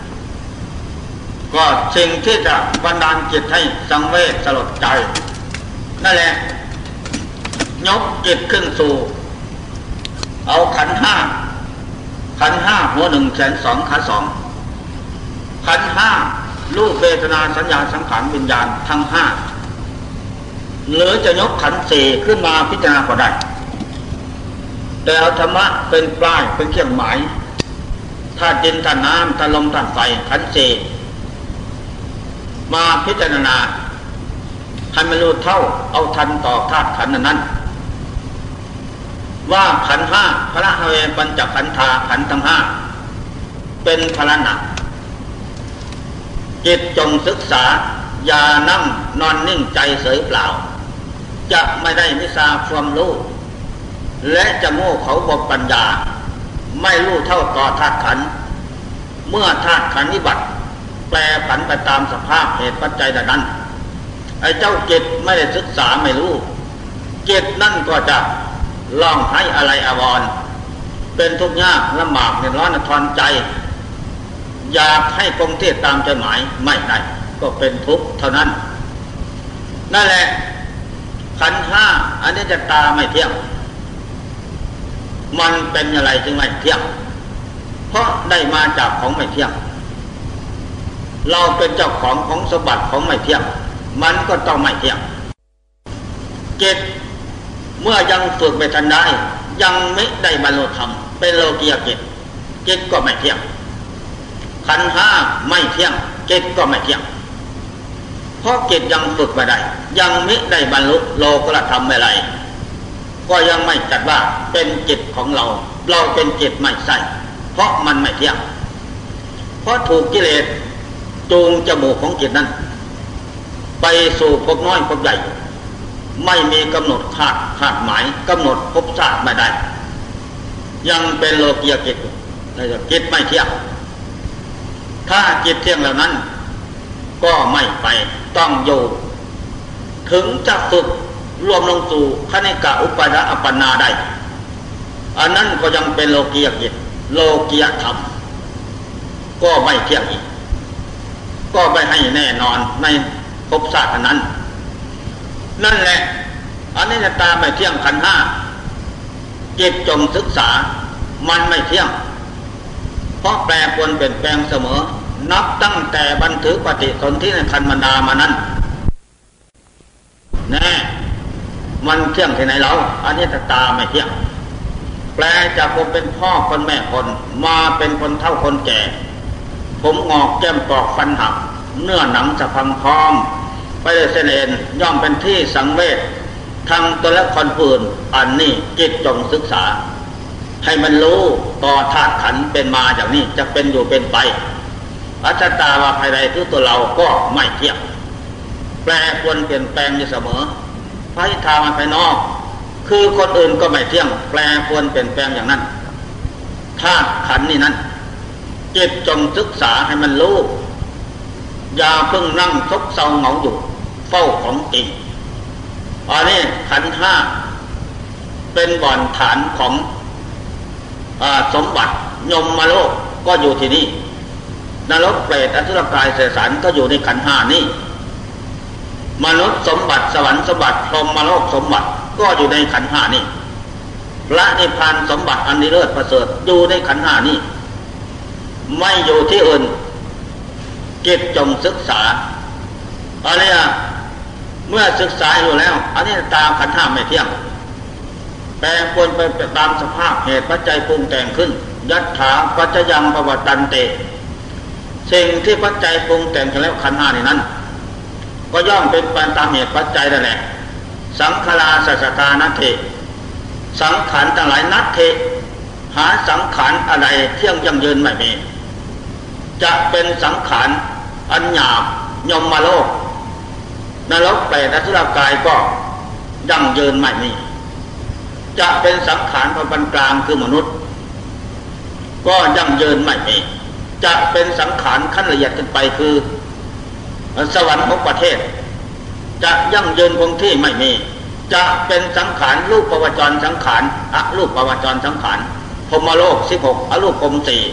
ก็สิ่งที่จะบันดาลจิตให้สังเวชสลดใจนั่นแหละยกจิตขึ้นสู่เอาขันธ์ห้าหัวหนึ่งแขนสองขาสองขันธ์ห้ารูปเวทนาสัญญาสังขารวิญญาณทั้งห้าหรือจะยกขันธ์สี่ขึ้นมาพิจารณาก็ได้แต่เอาธรรมะเป็นปลายเป็นเครื่องหมายธาตุดินธาตุน้ำธาตุลมธาตุไฟขันธ์สี่มาพิจารณาให้มันรู้เท่าเอาทันต่อธาตุขันธ์นั้นว่าขันธ์ห้าพระหเวปัญจขันธาขันธ์ทั้งห้าเป็นพละหนักจิตจงศึกษาอย่านั่งนอนนิ่งใจเฉยเปล่าจะไม่ได้วิชาความรู้และจะโง่เขาบกปัญญาไม่รู้เท่าต่อธาตุขันธ์เมื่อธาตุขันธ์วิบัติแปรผันไปตามสภาพเหตุปัจจัยนั้นไอ้เจ้าจิตไม่ได้ศึกษาไม่รู้จิตนั่นก็จะร้องไห้อะไรอาวรณ์เป็นทุกข์ยากลำบากเดือดร้อนทรใจอยากให้คงที่ตามใจหมายไม่ได้ก็เป็นทุกข์เท่านั้นนั่นแหละขันธ์ห้าอันนี้จะตาไม่เที่ยงมันเป็นอะไรจึงไม่เที่ยงเพราะได้มาจากของไม่เที่ยงเราเป็นเจ้าของสมบัติของไม่เที่ยงมันก็ต้องไม่เที่ยงจิตเมื่อยังฝึกไม่ทันได้ยังไม่ได้บรรลุธรรมเป็นโลกียจิตก็ไม่เที่ยงขันธ์ห้าไม่เที่ยงจิตก็ไม่เที่ยงเพราะจิตยังฝึกไม่ได้ยังมิได้บรรลุโลกุตธรรมอะไรก็ยังไม่จัดว่าเป็นจิตของเราเราเป็นจิตไม่ใช่เพราะมันไม่เที่ยงเพราะถูกกิเลสจูงจมูกของจิตนั้นไปสู่ภพน้อยภพใหญ่ไม่มีกำหนดคาดหมายกำหนดภพชาติไม่ได้ยังเป็นโลกียจิตจิตไม่เที่ยงถ้าจิตเที่ยงแล้วนั้นก็ไม่ไปต้องอยู่ถึงจะฝึกรวมลงสู่คณิกะอุปาดะอัปปนาได้อันนั้นก็ยังเป็นโลกียจิตโลกียธรรมก็ไม่เที่ยงอีกก็ไม่ให้แน่นอนในภพชาตินั้นนั่นแหละอนิจจตาไม่เที่ยงขันธ์ห้าจิตจงศึกษามันไม่เที่ยงเพราะแปรปรวนเปลี่ยนแปลงเสมอนับตั้งแต่บันทึกปฏิสนธิในขันธ์มารดามานั้นแน่มันเที่ยงที่ไหนเราอนิจจตาไม่เที่ยงแปลจากผมเป็นพ่อคนแม่คนมาเป็นคนเฒ่าคนแก่ผมงอกแก้มปอกฟันหักเนื้อหนังจะพังพร้อมไปเลยเสนเอ็นย่อมเป็นที่สังเวชทางตัวและคนอื่นอันนี้จิตจงศึกษาให้มันรู้ต่อธาตุขันธ์เป็นมาอย่างนี้จะเป็นอยู่เป็นไปอนิจจตาว่าภายในคือตัวเราก็ไม่เที่ยงแปรปรวนเปลี่ยนแปลงอยู่เสมอภายทางภายนอกคือคนอื่นก็ไม่เที่ยงแปรปรวนเปลี่ยนแปลงอย่างนั้นธาตุขันธ์นี่นั้นจิตจงศึกษาให้มันรู้อย่าเพิ่งนั่งซบเซาเหงาอยู่เฝ้าของจริงอันนี้ขันธ์ห้าเป็นบ่อนฐานของสมบัติยมโลกก็อยู่ที่นี่นรกเปรตอสุรกายเสสารก็อยู่ในขันธ์ห้านี้มนุษย์สมบัติสวรรค์สมบัติพรหมโลกสมบัติก็อยู่ในขันธ์ห้านี้พระนิพพานสมบัติอันนิเลิศประเสริฐอยู่ในขันธ์ห้านี้ไม่อยู่ที่อื่นจิตจงศึกษาอะไรเมื่อศึกษาอยู่แล้วอันนี้ตามขันธ์ห้าไม่เที่ยงแปรปรวนไปตามสภาพเหตุปัจจัยปรุงแต่งขึ้นยัตถาปัจจยังปวัตตันเตสิ่งที่ปัจจัยปรุงแต่งกันแล้วขันธ์ห้านี้นั้นก็ย่อมเป็นไปตามเหตุปัจจัยนั่นแหละสังขาราสัสตานัตถิสังขารทั้งหลายนัตถิหาสังขารอะไรเที่ยงยั่งยืนไม่มีจะเป็นสังขารอันหยาบยมโลกนรกเปรตอสุรกายก็ยั่งยืนไม่มีจะเป็นสังขารปานกลางคือมนุษย์ก็ยั่งยืนไม่มีจะเป็นสังขารขั้นละเอียดขึ้นไปคือสวรรค์ของประเทศจะยั่งยืนคงที่ไม่มีจะเป็นสังขารรูปปวจรสังขารอรูปปวจรสังขารพรหมโลก16อรูปพรหม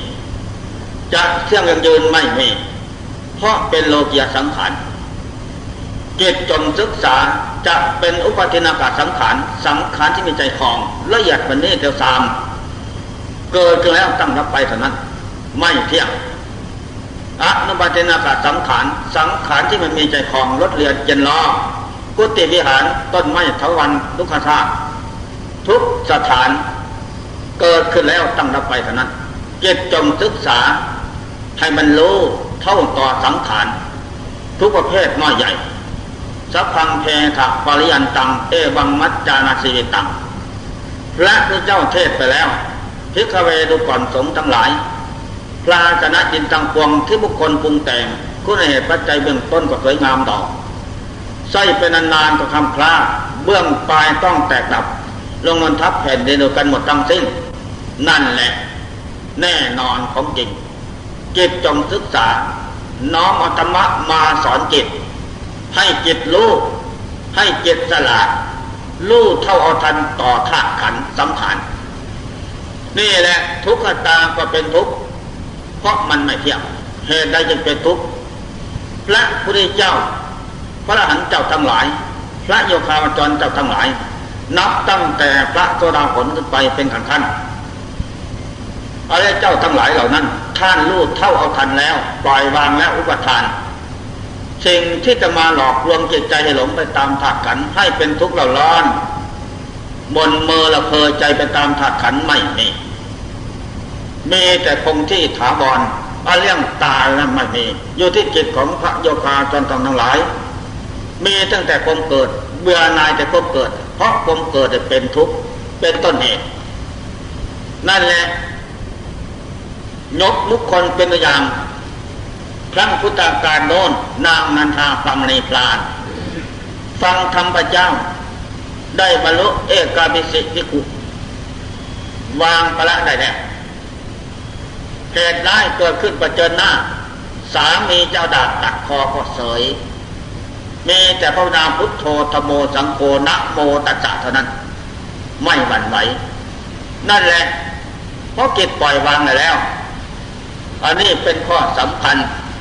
4จะเที่ยงยั่งยืนไม่มีเพราะเป็นโลกียสังขารจิตจงศึกษาจะเป็นอุปาทินากาสังขารสังขารที่มีใจคลองละเอียดวันนี้เดียวสามเกิดขึ้นแล้วตั้งรับไปเท่านั้นไม่เที่ยงอนุปาทินากาสังขารสังขารที่มันมีใจคลองรถเรือเย็นล้อกุฏิวิหารต้นไม้เถาวัลย์ทุกขธาตุทุกสถานเกิดขึ้นแล้วตั้งรับไปเท่านั้นจิตจงศึกษาให้มันรู้เท่าต่อสังขารทุกประเภทน้อยใหญ่สัพพังเพทะปริยันตังเอวังมัจจานาสีตังพระพุทธเจ้าเทศไปแล้วภิกขเวดูก่อนสงฆ์ทั้งหลายพระชนะจินตังปวงที่บุคคลปรุงแต่งคุณเหตุปัจจัยเบื้องต้นก็สวยงามดอกใส่เป็นนานๆก็คำคล้าเบื้องปลายต้องแตกดับลงนนทับแผ่นเดียวกันหมดทั้งสิ้นนั่นแหละแน่นอนของจริงจิตจงศึกษาน้อมเอาธรรมะมาสอนจิตให้จิตรู้ให้จิตฉลาดรู้เท่าเอาทันต่อธาตุขันธ์สังขารนี่แหละทุกขตาก็เป็นทุกข์เพราะมันไม่เที่ยงเหตุใดจึงเป็นทุกข์พระพุทธเจ้าพระอรหันต์เจ้าทั้งหลายพระโยคาวจรเจ้าทั้งหลายนับตั้งแต่พระโสดาผลขึ้นไปเป็นขั้นๆอะไรเจ้าทั้งหลายเหล่านั้นท่านรู้เท่าเอาทันแล้วปล่อยวางแล้วอุปทานสิ่งที่จะมาหลอกลวงจิตใจให้หลงไปตามธาตุขันธ์ให้เป็นทุกข์ร้อนบนเมอละเพอใจไปตามธาตุขันธ์ไม่มีแต่คงที่ถาวรเรื่องตายนั้นไม่มีอยู่ที่จิตของพระโยคาจรทั้งหลายมีตั้งแต่ความเกิดเบื่อหน่ายแต่ความเกิดเพราะความเกิดเป็นทุกข์เป็นต้นเหตุนั่นแหละยกบุคคลเป็นตัวอย่างครั้งพุทธกาลโน้นนางนันทาฟังในพลานฟังธรรมพระเจ้าได้บรรลุเอกามิสิภิกขุวางภาระได้แล้วเหตุร้ายเกิดขึ้นประเจิญหน้าสามีเจ้าดาบตัดคอก็เสยมีแต่พระนามพุทโธธโมสังโฆนะโมตัสสะเท่านั้นไม่หวั่นไหวนั่นแหละเพราะจิตปล่อยวางแล้วอันนี้เป็นข้อสำคัญ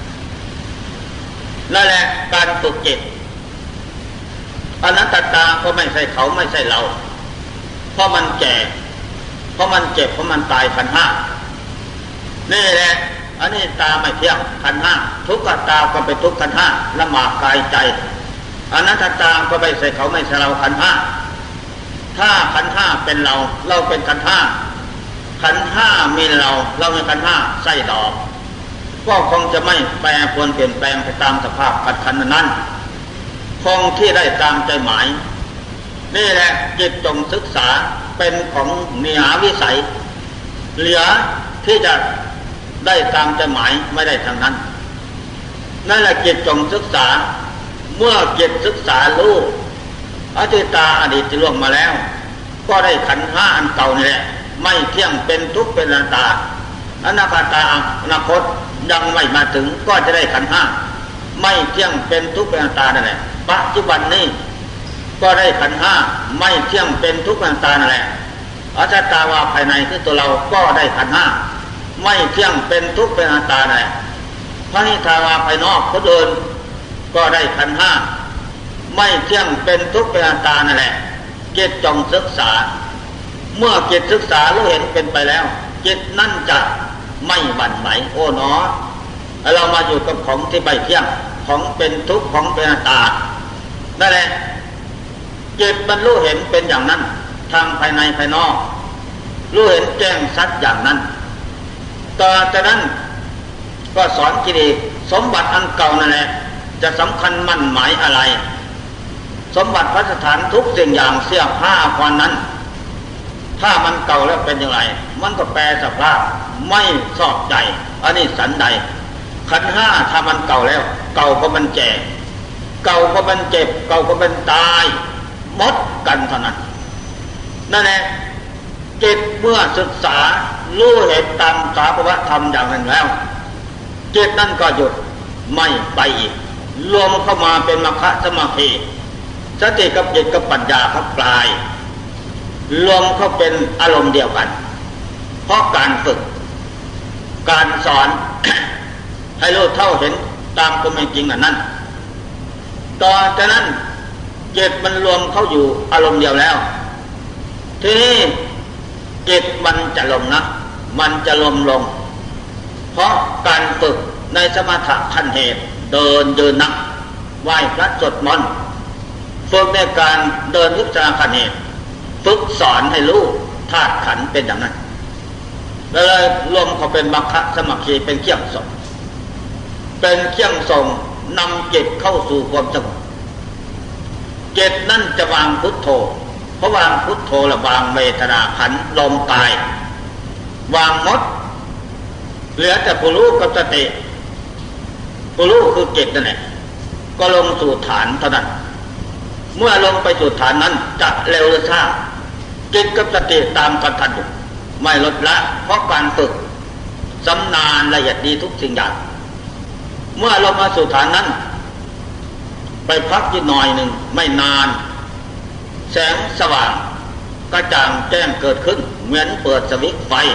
นั่นแหละการฝึกจิตอนัตตาก็ไม่ใช่เขาไม่ใช่เราเพราะมันแก่เพราะมันเจ็บเพราะมันตายขันธ์ห้านี่แหละอันนี้ตาไม่เที่ยงขันธ์ห้าทุกขตาก็เป็นทุกข์ขันธ์ห้าละหมาดกายใจอนัตตาก็ไม่ใช่เขาไม่ใช่เราขันธ์ห้าถ้าขันธ์ห้าเป็นเราเราเป็นขันธ์ห้าขันธ์ห้ามีเราเป็นขันธ์ห้าไส้ดอกก็คงจะไม่แปรปรวนเปลี่ยนแปลงไปตามสภาพขันธ์นั้นคงที่ได้ตามใจหมายนี่แหละจิตจงศึกษาเป็นของเนียวิสัยเหลือที่จะได้ตามใจหมายไม่ได้ทางนั้นนั่นแหละจิตจงศึกษาเมื่อจิตศึกษารู้อดีตอดีตที่ล่วงมาแล้วก็ได้ขันธ์ห้าอันเก่านี่แหละไม่เที่ยงเป็นทุกข์เป็นอนัตตาอนาคตอนาคตยังไม่มาถึงก็จะได้ขันธ์ห้าไม่เที่ยงเป็นทุกข์เป็นอนัตตานั่นแหละปัจจุบันนี้ก็ได้ขันธ์ห้าไม่เที่ยงเป็นทุกข์เป็นอนัตตานั่นแหละอัตตาวาภายในคือตัวเราก็ได้ขันธ์ห้าไม่เที่ยงเป็นทุกข์เป็นอนัตตานั่นแหละพระนิทาวาภายนอกคนอื่นก็ได้ขันธ์ห้าไม่เที่ยงเป็นทุกข์เป็นอนัตตานั่นแหละจิตจงศึกษาเมื่อจิตศึกษารู้เห็นเป็นไปแล้วจิตนั่นจะไม่หวั่นไหวโอ้หนอเรามาอยู่กับของที่ไม่เที่ยงของเป็นทุกข์ของเป็นอนัตตานั่นแหละจิตมันรู้เห็นเป็นอย่างนั้นทางภายในภายนอกรู้เห็นแจ้งชัดอย่างนั้นต่อจากนั้นก็สอนกิเลสสมบัติอันเก่านั่นแหละจะสำคัญมั่นหมายอะไรสมบัติพระสถานทุกสิ่งอย่างเสื้อผ้าควานนั้นถ้ามันเก่าแล้วเป็นอย่างไรมันก็แปรสภาพไม่ชอบใจอันนี้สันใดขันธ์ห้าถ้ามันเก่าแล้วเก่าก็มันแก่เก่าก็มันเจ็บเก่าก็มันตายหมดกันเท่านั้นนั่นแหละจิตเมื่อศึกษารู้เห็นตามสภาวะธรรมอย่างนั้นแล้วจิตนั่นก็หยุดไม่ไปอีกรวมเข้ามาเป็นมรรคสมาธิสติกับจิตกับปัญญาครับปลายรวมเข้าเป็นอารมณ์เดียวกันเพราะการฝึกการสอน ให้รู้เท่าเห็นตามความเป็นจริงนั้นต่อจากนั้นจิตมันรวมเข้าอยู่อารมณ์เดียวแล้วทีนี้จิตมันจะลงนะมันจะลงเพราะการฝึกในสมถะขั้นเหตุเดินยืนนั่งไหว้พระสวดมนต์ฝึกในการเดินวิชาขั้นเหตุฝึกสอนให้รู้ธาตุขันธ์เป็นอย่างนั้นแล้วเลยรวมเข้าเป็นมรรคสมาธิเป็นเครื่องส่งเป็นเครื่องส่งนำจิตเข้าสู่ความสงบจิตนั่นจะวางพุทโธเพราะวางพุทโธและวางเวทนาขันธ์ลมกายวางหมดเหลือแต่ผู้รู้กับสติผู้รู้คือจิตนั่นแหละก็ลงสู่ฐานเท่านั้นเมื่อลงไปสู่ฐานนั้นจะเร็วหรือช้าจิตกับสติตามกันทันอยู่ไม่ลดละเพราะการฝึกสำนานละเอียดดีทุกสิ่งอย่างเมื่อลงมาสู่ฐานนั้นไปพักอยู่หน่อยหนึ่งไม่นานแสงสว่างกระจ่างแจ้งเกิดขึ้นเหมือนเปิดสวิตช์ไฟ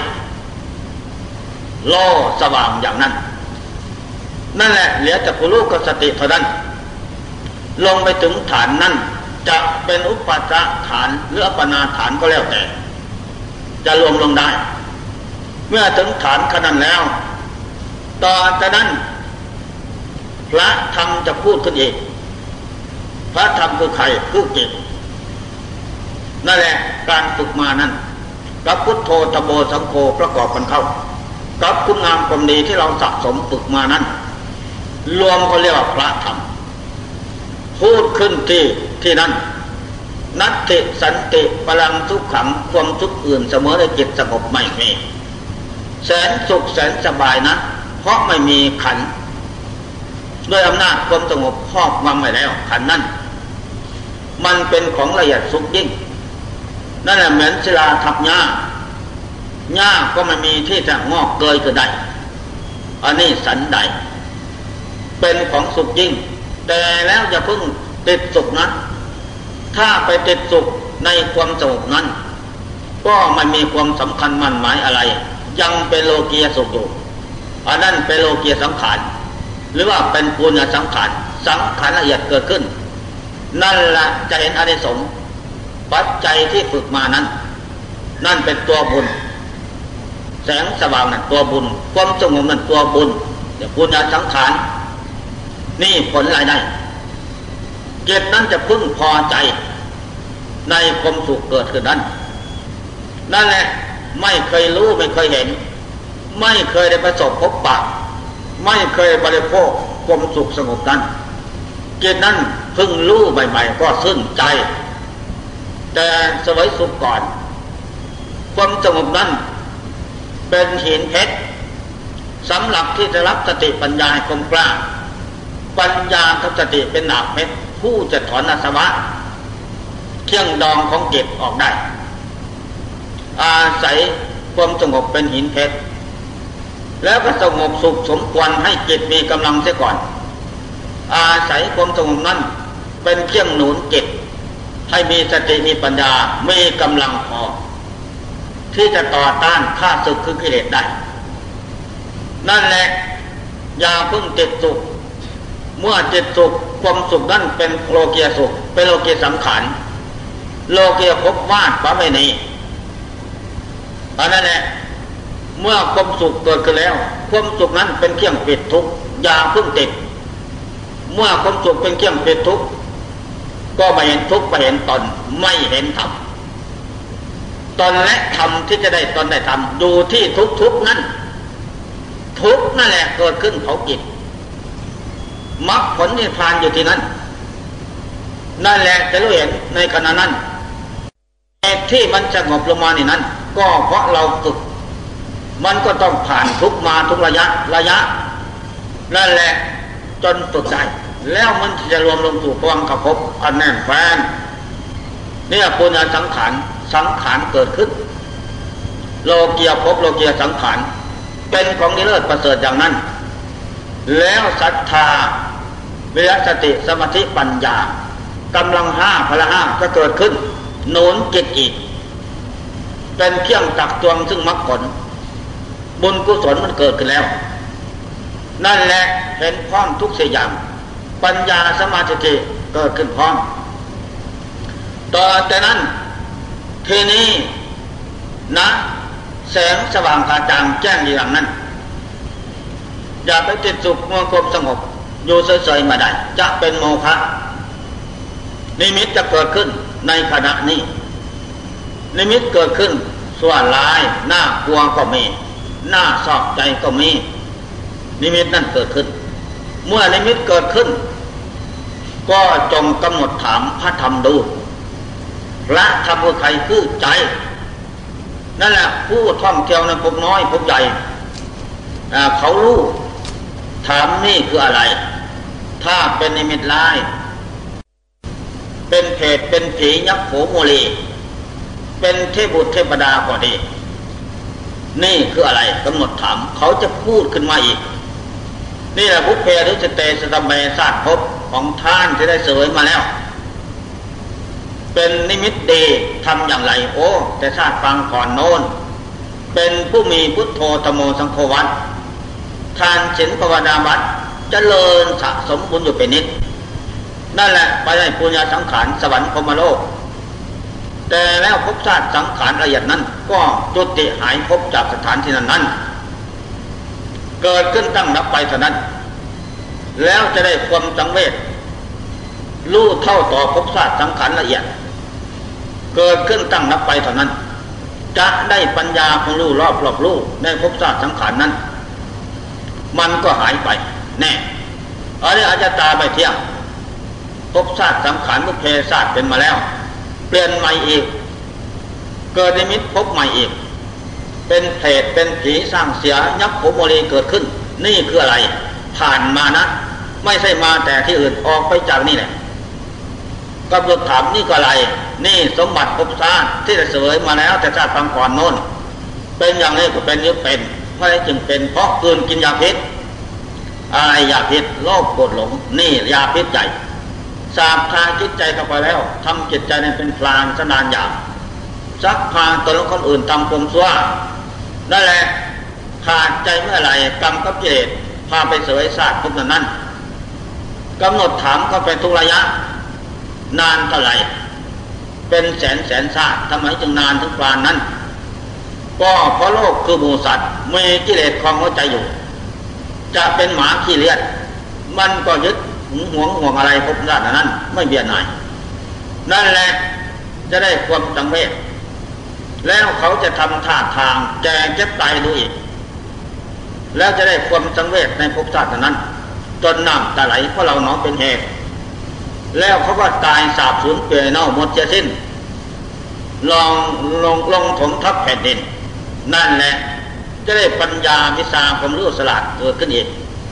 ล่อสว่างอย่างนั้นนั่นแหละเหลือแต่ผู้รู้กับสติเท่านั้นลงไปถึงฐานนั้นจะเป็นอุปจารฐานหรืออัปปนาฐานก็แล้วแต่จะรวมลงได้เมื่อถึงฐานขนาดแล้วต่อจากนั้นพระธรรมจะพูดขึ้นเองพระธรรมคือใครคือจิตนั่นแหละการฝึกมานั้นกับพุทโธธโมสังโฆประกอบกันเข้ากับคุณงามความดีที่เราสะสมฝึกมานั้นรวมเขาเรียกว่าพระธรรมพูดขึ้นที่นั้นนัตติสันติพลังทุกขังความทุกข์อื่นเสมอในจิตสงบไม่มีแสนสุขแสนสบายนะเพราะไม่มีขันธ์ด้วยอำนาจความสงบครอบงำไว้แล้วขันธ์นั้นมันเป็นของละเอียดสุขยิ่งนั่นแหละเหมือนศิลาทับหญ้าก็ไม่มีที่จะงอกเกยขึ้นได้อันนี้สันใดเป็นของสุขยิ่งแต่แล้วอย่าเพิ่งติดสุขนั้นถ้าไปติดสุขในความสงบนั้นก็ไม่มีความสำคัญมั่นหมายอะไรยังเป็นโลกียสุขอยู่อันนั้นเป็นโลกียสังขารหรือว่าเป็นปุญญสังขารละเอียดเกิดขึ้นนั่นแหละจะเห็นอานิสงส์ปัจจัยที่ฝึกมานั้นนั่นเป็นตัวบุญแสงสว่างนั่นตัวบุญความสงบนั่นตัวบุญเดี๋ยวปุญญสังขารนี่ผลรายได้จิตนั้นจะพึงพอใจในความสุขเกิดขึ้นนั้นนั่นแหละไม่เคยรู้ไม่เคยเห็นไม่เคยได้ประสบพบปะไม่เคยบริโภคความสุขสงบนั้นจิตนั้นพึงรู้ใหม่ๆก็ซึ้งใจแต่เสวยสุขก่อนความสงบนั้นเป็นหินเพชรสำหรับที่จะรับสติปัญญาให้คมกล้าปัญญากับสติเป็นหนักเพชรผู้จะถอนอาสวะเครื่องดองของจิตออกได้อาศัยความสงบเป็นหินเพชรแล้วก็สงบสุขสมควรให้จิตมีกำลังเสียก่อนอาศัยความสงบนั้นเป็นเครื่องหนุนจิตให้มีสติมีปัญญามีกำลังพอที่จะต่อต้านข้าศึกคือกิเลสได้นั่นแหละอย่าเพิ่งติดสุขเมื่อติดสุขความสุขนั้นเป็นโลกียสุขเป็นโลกียสังขารโลกียภพวาดฟ้าไม่หนีอันนั้นแหละเมื่อความสุขเกิดขึ้นแล้วความสุขนั้นเป็นเครื่องปิดทุกข์อย่าเพิ่งติดเมื่อความสุขเป็นเครื่องปิดทุกข์ก็ไม่เห็นทุกข์ไม่เห็นตนไม่เห็นธรรมตนและธรรมที่จะได้ตนได้ธรรมดูที่ทุกข์นั้นทุกข์นั่นแหละเกิดขึ้นเผาจิตมรรคผลนิพพานอยู่ที่นั้นนั่นแหละจะรู้เห็นในขณะนั้นเหตุที่มันสงบลงมาในนั้นก็เพราะเราฝึกมันก็ต้องผ่านทุกมาทุกระยะนั่นแหละจนฝึกได้แล้วมันจะรวมลงสู่ความกระพบอันแน่นแฟ้นเนี่ยปุญญสังขารเกิดขึ้นโลกียภพโลกียสังขารเป็นของนิเลิศประเสริฐอย่างนั้นแล้วศรัทธาวิริยะสติสมาธิปัญญากำลัง5พละ5ก็เกิดขึ้นหนุนจิตอีกเป็นเครื่องตักตวงซึ่งมรรคผลบุญกุศลมันเกิดขึ้นแล้วนั่นแหละเห็นพร้อมทุกสิ่งอย่างปัญญาสมาธิเกิดขึ้นพร้อมต่อจากนั้นทีนี้นะแสงสว่างกระจ่างแจ้งอย่างนั้นอย่าไปติดสุขเมื่อความสงบอยู่เฉยๆมาได้จะเป็นโมฆะนิมิตจะเกิดขึ้นในขณะนี้นิมิตเกิดขึ้นส่วนร้ายน่ากลัวก็มีน่าชอบใจก็มีนิมิตนั่นเกิดขึ้นเมื่อนิมิตเกิดขึ้นก็จงกำหนดถามพระธรรมดูพระธรรมคือใครคือใจนั่นแหละผู้ท่องเที่ยวในภพน้อยภพใหญ่เขารู้ถามนี่คืออะไรถ้าเป็นนิมิตร้ายเป็นเพศเป็นผียักษ์โขโมลีเป็นเทพบุตรเทพดาก็ดีนี่คืออะไรกำหนดถามเขาจะพูดขึ้นมาอีกนี่แหละภุเพรุสเตสตเมชาติภพของท่านที่ได้เสวยมาแล้วเป็นนิมิตดีทำอย่างไรโอ้แต่ชาติฟังก่อนโน้นเป็นผู้มีพุทโธธโมสังโฆวัดทานศีลภาวนาวัดเจริญสะสมบุญอยู่เป็นนิดนั่นแหละไปได้ปุญญาสังขารสวรรค์พรหมโลกแต่แล้วภพชาติสังขารละเอียดนั้นก็จุติหายภพจากสถานที่นั้นเกิดขึ้นตั้งนับไปเท่านั้นแล้วจะได้ความสังเวชรู้เท่าต่อภพชาติสังขารละเอียดเกิดขึ้นตั้งนับไปเท่านั้นจะได้ปัญญาของรู้รอบรู้ในภพชาติสังขารนั้นมันก็หายไปแน่อันนี้อาจจะตาไปเที่ยงภพชาติสังขารมุเพศาสตร์เป็นมาแล้วเปลี่ยนใหม่อีกเกิดนิมิตพบใหม่อีกเป็นเปรตเป็นผีสร้างเสียยักษ์โผโมลีเกิดขึ้นนี่คืออะไรผ่านมานะไม่ใช่มาแต่ที่อื่นออกไปจากนี่แหละกำหนดถามนี่ก็อะไรนี่สมบัติภพชาติที่ได้เสวยมาแล้วแต่ชาติปางก่อนโน้นเป็นอย่างนี้ก็เป็นยึดเป็นเพราะอะไรจึงเป็นเพราะคืนกินยาพิษอะไรยาพิษโลภโกรธหลงนี่ยาพิษใจสาบทางจิตใจเข้าไปแล้วทำจิตใจนั้นเป็นพลานสนานอย่างซักพาตนและคนอื่นทำความชั่วนั่นแหละขาดใจเมื่อไหร่กรรมกับกิเลสพาไปเสวยศาสตร์พวกนั้นกำหนดถามก็เป็นทุกระยะนานเท่าไหร่เป็นแสนชาติทำไมจึงนานถึงปานนั้นก็เพราะโลกคือหมู่สัตว์มีกิเลสครองหัวใจอยู่จะเป็นหมาขี้เลียดมันก็ยึดห่วงอะไรพบชาตินั้นไม่เบียดหน่ายนั่นแหละจะได้ความสังเวชแล้วเขาจะทำท่าทางแก่เจ็บตายดูอีกแล้วจะได้ความสังเวชในภพชาตินั้นจนน้ำตาไหลเพราะเราหนอเป็นเหตุแล้วเขาก็ตายสาบสูญเปลี่ยนเน่าหมดเสียสิ้นลงถมทับแผ่นดินนั่นแหละจะได้ปัญญาวิชาความรู้ฉลาดเกิดขึ้นอีก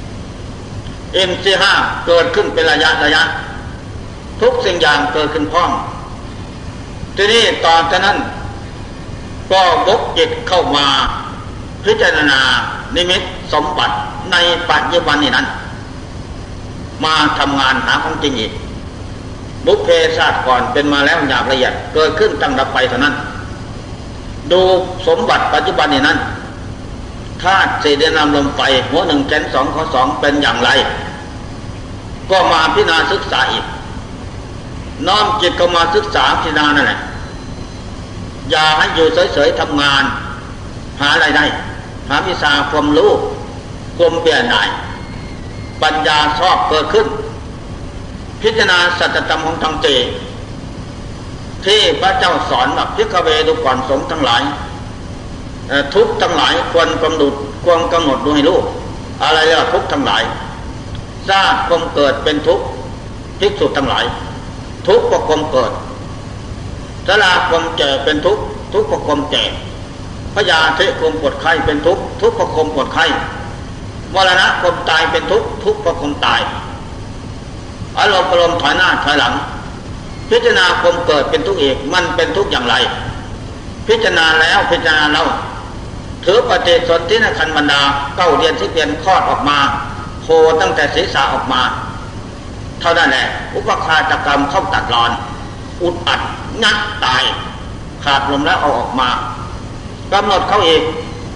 MC5 เกิดขึ้นเป็นระยะทุกสิ่งอย่างเกิดขึ้นพร้อมทีนี้ตอนนั้นก็บกจิตเข้ามาพิจารณานิมิตสมบัติในปัจจุบันนี้นั้นมาทำงานหาของจริงอีกบุพเพชาติก่อนเป็นมาแล้วอย่างละเอียดเกิดขึ้นตั้งดับไปเท่านั้นดูสมบัติปัจจุบันนี้นั้นธาตุสี่ดินน้ำลมไฟหัวหนึ่งแกนสองข้อสองเป็นอย่างไรก็มาพิจารณาศึกษาอีกน้อมจิตก็มาศึกษาพิจารณานั่นแหละอย่าให้อยู่เฉยๆทำงานหาอะไรได้หาวิชาความรู้ความเปลี่ยนได้ปัญญาชอบเกิดขึ้นพิจารณาสัจธรรมของทางเจที่พระเจ้าสอนว่าภิกขเวทุก่อนสงฆ์ทั้งหลายทุกทั้งหลายควรกำหนดดูให้รู้อะไรเรียกว่าทุกทั้งหลายทราบความเกิดเป็นทุกข์ภิกษุทั้งหลายทุกข์เพราะความเกิดชราความแก่เป็นทุกข์ทุกข์เพราะความแก่พยาธิความปวดไข้เป็นทุกข์ทุกข์เพราะความปวดไข้มรณะความตายเป็นทุกข์ทุกข์เพราะความตายอารมณ์ถอยหน้าถอยหลังพิจารณาความเกิดเป็นทุกข์อีกมันเป็นทุกข์อย่างไรพิจารณาแล้วพิจารณาเล่าถือปฏิสนธิในคันบรรดา9 เดือน10 เดือนคลอดออกมาโผล่ตั้งแต่ศีรษะออกมาเท่านั้นแหละอุปคาตกรรมเข้าตัดรอนอุดอัดงัดตายขาดลมแล้วเอาออกมากำหนดเข้าอีก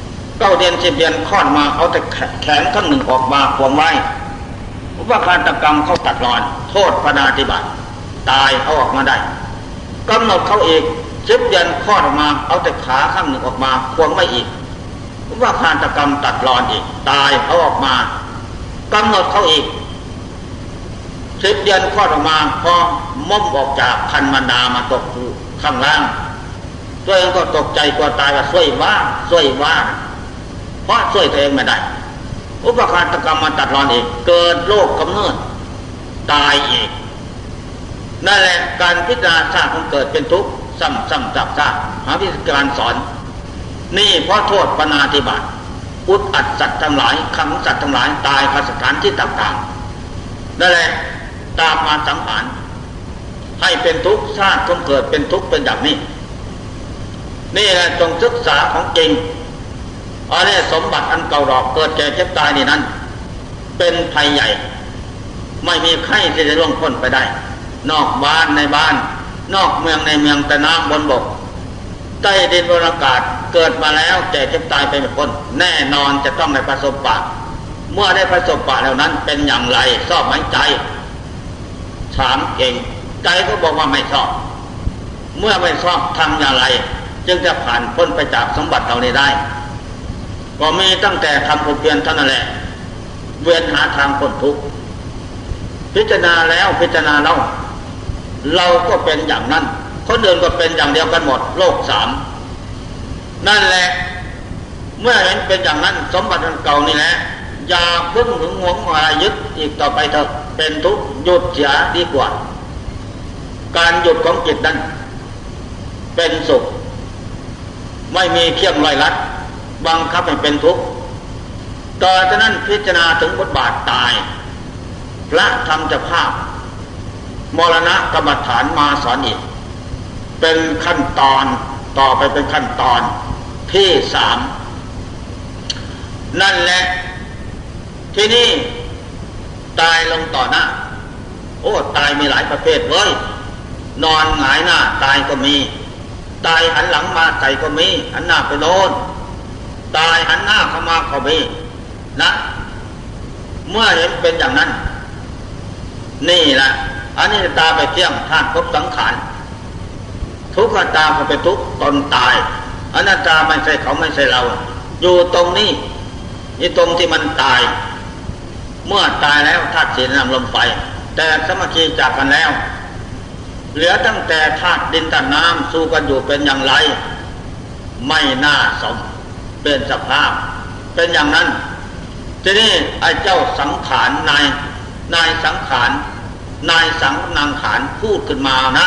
9 เดือน10 เดือนคลอดมาเอาแต่แขนข้างหนึ่งออกมาขวางไว้อุปคาตกรรมเข้าตัดรอนโทษปณาติบาตตายเอาออกมาได้กำหนดเข้าอีก10 เดือนคลอดออกมาเอาแต่ขาข้างหนึ่งออกมาขวางไว้อีกอุปคาตกรรมตัดรอนอีกตายเอาออกมากำหนดเข้าอีก10 เดือนคลอดออกมาพอม่อมออกจากคันมารดามาตกข้างล่างตัวเองก็ตกใจกลัวตายว่าช่วยว่าเพราะช่วยตัวเองไม่ได้อุปคาตกรรมมาตัดรอนอีกเกิดโรคกำเนิดตายอีกนั่นแหละการพิจารณาชาติของเกิดเป็นทุกข์ซ้ำซากหาวิธีการสอนนี่เพราะโทษปณาติบาตอุดอัดสัตว์ทั้งหลายขังสัตว์ทั้งหลายตายคาสถานที่ต่างๆนั่นแหละตามมาสังหารให้เป็นทุกข์ชาติของเกิดเป็นทุกข์เป็นอย่างนี้นี่แหละจงศึกษาของจริงอันนี้สมบัติอันเก่าดอกเกิดแก่เจ็บตายนี่นั้นเป็นภัยใหญ่ไม่มีใครที่จะล่วงพ้นไปได้นอกบ้านในบ้านนอกเมืองในเมืองแต่น้ำบนบกใต้ดินบนอากาศเกิดมาแล้วแก่เจ็บตายไปไม่พ้นแน่นอนจะต้องได้ประสบปะเมื่อได้ประสบปะแล้วนั้นเป็นอย่างไรชอบไหมใจถามเก่งใจก็บอกว่าไม่ชอบเมื่อไม่ชอบทำอย่างไรจึงจะผ่านพ้นไปจากสมบัติเหล่านี้ได้ก็มีตั้งแต่ทำความเพียรเท่านั้นแหละเวียนหาทางพ้นทุกข์พิจารณาแล้วพิจารณาเล่าเราก็เป็นอย่างนั้นคนอื่นก็เป็นอย่างเดียวกันหมดโลก3 นั่นแหละเมื่อเห็นเป็นอย่างนั้นสมบัติเก่านี่แหละอย่าเพิ่งหึงหวงอะไรยึดอีกต่อไปเถอะเป็นทุกข์หยุดเสียดีกว่าการหยุดของจิตนั้นเป็นสุขไม่มีเครื่องลอยลัดบังคับให้เป็นทุกข์ต่อจากนั้นพิจารณาถึงบทบาทตายพระธรรมเจ้าภาพมรณะกรรมฐานมาสอนอีกเป็นขั้นตอนต่อไปเป็นขั้นตอนที่3นั่นแหละที่นี่ตายลงต่อหน้าโอ้ตายมีหลายประเภทเว้ยนอนหงายหน้าตายก็มีตายหันหลังมาใส่ก็มีหันหน้าไปโน่นตายหันหน้าเข้ามาก็มีนะเมื่อเห็นเป็นอย่างนั้นนี่แหละอันนี้ตาไปเที่ยงธาตุภพสังขารทุกขตาก็เป็นทุกข์ตนตายอนัตตาไม่ใช่เขาไม่ใช่เราอยู่ตรงนี้นี่ตรงที่มันตายเมื่อตายแล้วธาตุสี่น้ำลมไฟแต่สมัคคีจากกันแล้วเหลือตั้งแต่ธาตุดินธาตุน้ำสู้กันอยู่เป็นอย่างไรไม่น่าสมเป็นสภาพเป็นอย่างนั้นทีนี้ไอ้เจ้าสังขารนายสังขารนายสังนางขานพูดขึ้นมานะ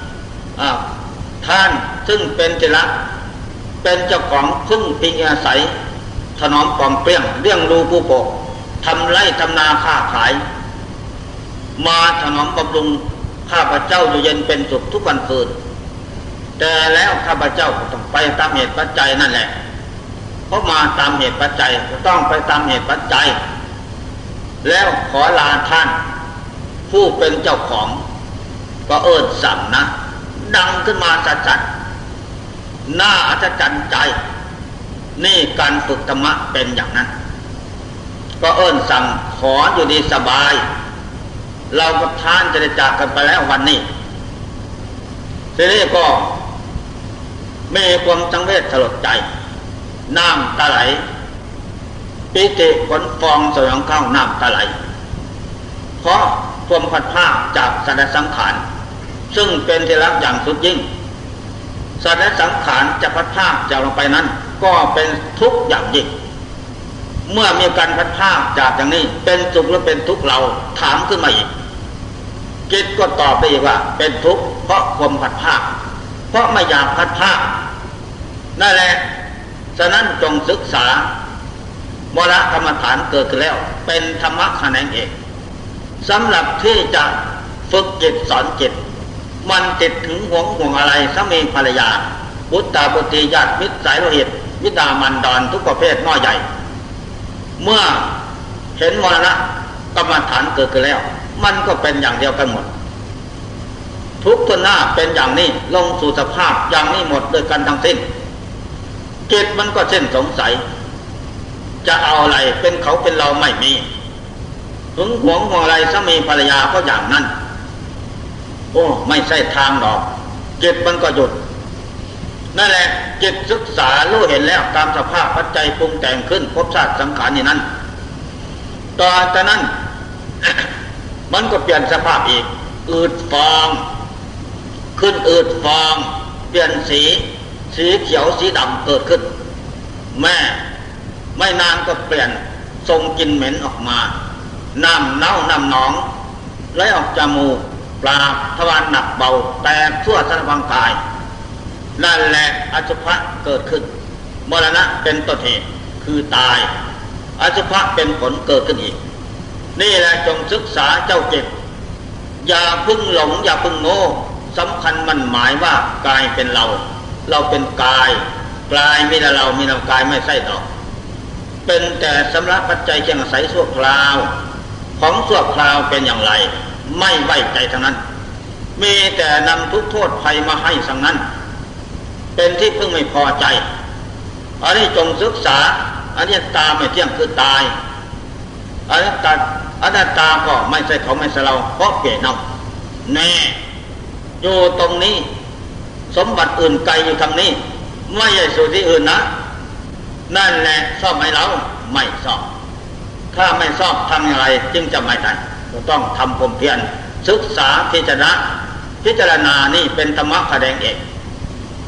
ท่านซึ่งเป็นจิรักเป็นเจ้าของพึ่งพิงอาศัยถนอมปอมเปรี้ยงเลี้ยงดูผู้ปกทำไร่ทำนาค้าขายมาถนอมบำรุงข้าพเจ้าอยู่เย็นเป็นสุขทุกวันคืนแต่แล้วข้าพเจ้าต้องไปตามเหตุปัจจัยนั่นแหละเพราะมาตามเหตุปัจจัยก็ต้องไปตามเหตุปัจจัยแล้วขอลาท่านผู้เป็นเจ้าของก็เอิ้นสั่งนะดังขึ้นมาจัดๆน่าอัศจรรย์ใจนี่การฝึกธรรมะเป็นอย่างนั้นก็เอิ้นสั่งขออยู่ดีสบายเรากับท่านจะได้จากกันไปแล้ววันนี้ทีนี้ก็มีความสังเวชสลดใจน้ำตาไหลปิติขนฟองสยองเข้าน้ำตาไหลเพราะความพัดภาคจากสัตว์สังขารซึ่งเป็นที่รักอย่างสุดยิ่งสัตว์สังขารจะพัดภาคจากลงไปนั้นก็เป็นทุกข์อย่างยิ่งเมื่อมีการพัดภาคจากอย่างนี้เป็นสุขหรือเป็นทุกข์เราถามขึ้นมาอีกจิตก็ตอบได้อีกว่าเป็นทุกข์เพราะความพัดภาคเพราะไม่อยากพัดภาคนั่นแหละฉะนั้นจงศึกษามรณะกรรมฐานเกิดขึ้นแล้วเป็นธรรมะแขนงเอกสำหรับที่จะฝึกจิตสอนจิตมันติดถึงห่วงอะไรสามีภรรยาบุตรบุตรีญาติมิตรสายโลหิตวิดามันดอนทุกประเภทน้อยใหญ่เมื่อเห็นมรณะกรรมฐานเกิดขึ้นแล้วมันก็เป็นอย่างเดียวกันหมดทุกตัวหน้าเป็นอย่างนี้ลงสู่สภาพอย่างนี้หมดโดยกันทั้งสิ้นจิตมันก็เส้นสงสัยจะเอาอะไรเป็นเขาเป็นเราไม่มีหึงหวงอะไรสามีภรรยาก็อย่างนั้นโอ้ไม่ใช่ทางหรอกจิตมันก็หยุดนั่นแหละจิตศึกษารู้เห็นแล้วตามสภาพปัจจัยปรุงแต่งขึ้นภพชาติสังขารนี่นั้นต่อจากนั้น มันก็เปลี่ยนสภาพอีกอืดฟองขึ้นอืดฟองเปลี่ยนสีเขียวสีดำเกิดขึ้นแม่ไม่นานก็เปลี่ยนทรงกลิ่นเหม็นออกมาน้ำเน่าน้ำหนองไหลออกจมูกปากทวารหนักเบาแตกทั่วสารพังกายนั่นแหละอสุภะเกิดขึ้นมรณะเป็นต้นเหตุคือตายอสุภะเป็นผลเกิดขึ้นอีกนี่แหละจงศึกษาเจ้าจิตอย่าพึ่งหลงอย่าพึ่งโง่สำคัญมันหมายว่ากายเป็นเราเป็นกายมีแต่เรามีแต่กายไม่ใช่หรอกเป็นแต่สำหรับปัจจัยเพียงอาศัยชั่วคราวของชั่วคราวเป็นอย่างไรไม่ไว้ใจทั้งนั้นมีแต่นำทุกโทษภัยมาให้สังนั้นเป็นที่พึ่งไม่พอใจอันนี้จงศึกษาอันนี้ตาไม่เที่ยงคือตายอันนี้ตาก็ไม่ใช่เขาไม่ใช่เราเพราะเปลี่ยนเอาแน่อยู่ตรงนี้สมบัติอื่นไกลอยู่ทางนี้ไม่ใช่สู่ที่อื่นนะนั่นแหละชอบไหมเราไม่ชอบถ้าไม่ชอบทำอย่างไรจึงจะไม่ได้ก็ต้องทำความเพียรศึกษาพิจารณานี่เป็นธรรมะแสดงเอก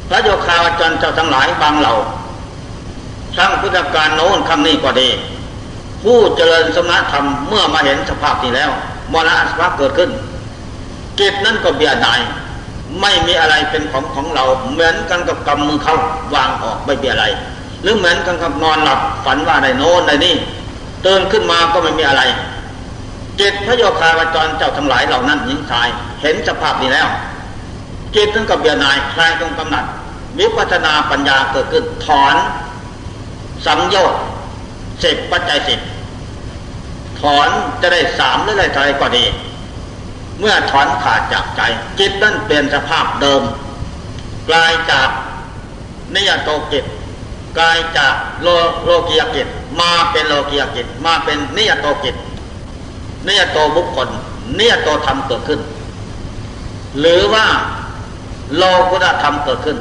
พระโยคาวจรเจ้าทั้งหลายบางเหล่าครั้งพุทธกาลโน้นครั้งนี้ก็ดีผู้เจริญสมณธรรมเมื่อมาเห็นสภาพนี้แล้วมรณะสภาพเกิดขึ้นจิตนั้นก็เบื่อหน่ายไม่มีอะไรเป็นของเราเหมือนกันกับกำมือเขาวางออกไม่มีอะไรหรือเหมือนกันกับนอนหลับฝันว่าได้โน้นได้นี่ตื่นขึ้นมาก็ไม่มีอะไรจิตพระโยคาวจรเจ้าทั้งหลายเหล่านั้นหญิงชายเห็นสภาพนี้แล้วจิตนั้นก็เบื่อหน่ายคลายตรงกำหนัดวิปัสสนาปัญญาเกิดขึ้นถอนสังโยชน์10ปัจจัย10ถอนจะได้3หรือได้เท่าไรก็ดีเมื่อถอนขาดจากใจจิตนั้นเปลี่ยนสภาพเดิมกลายจากนิยโตกิจกลายจากโลกียกิจมาเป็นโลกียกิจมาเป็นนิยโตกิจนิยโตบุคคลนิยโตธรรมเกิดขึ้นหรือว่าโลกุตตรธรรมเกิดขึ้น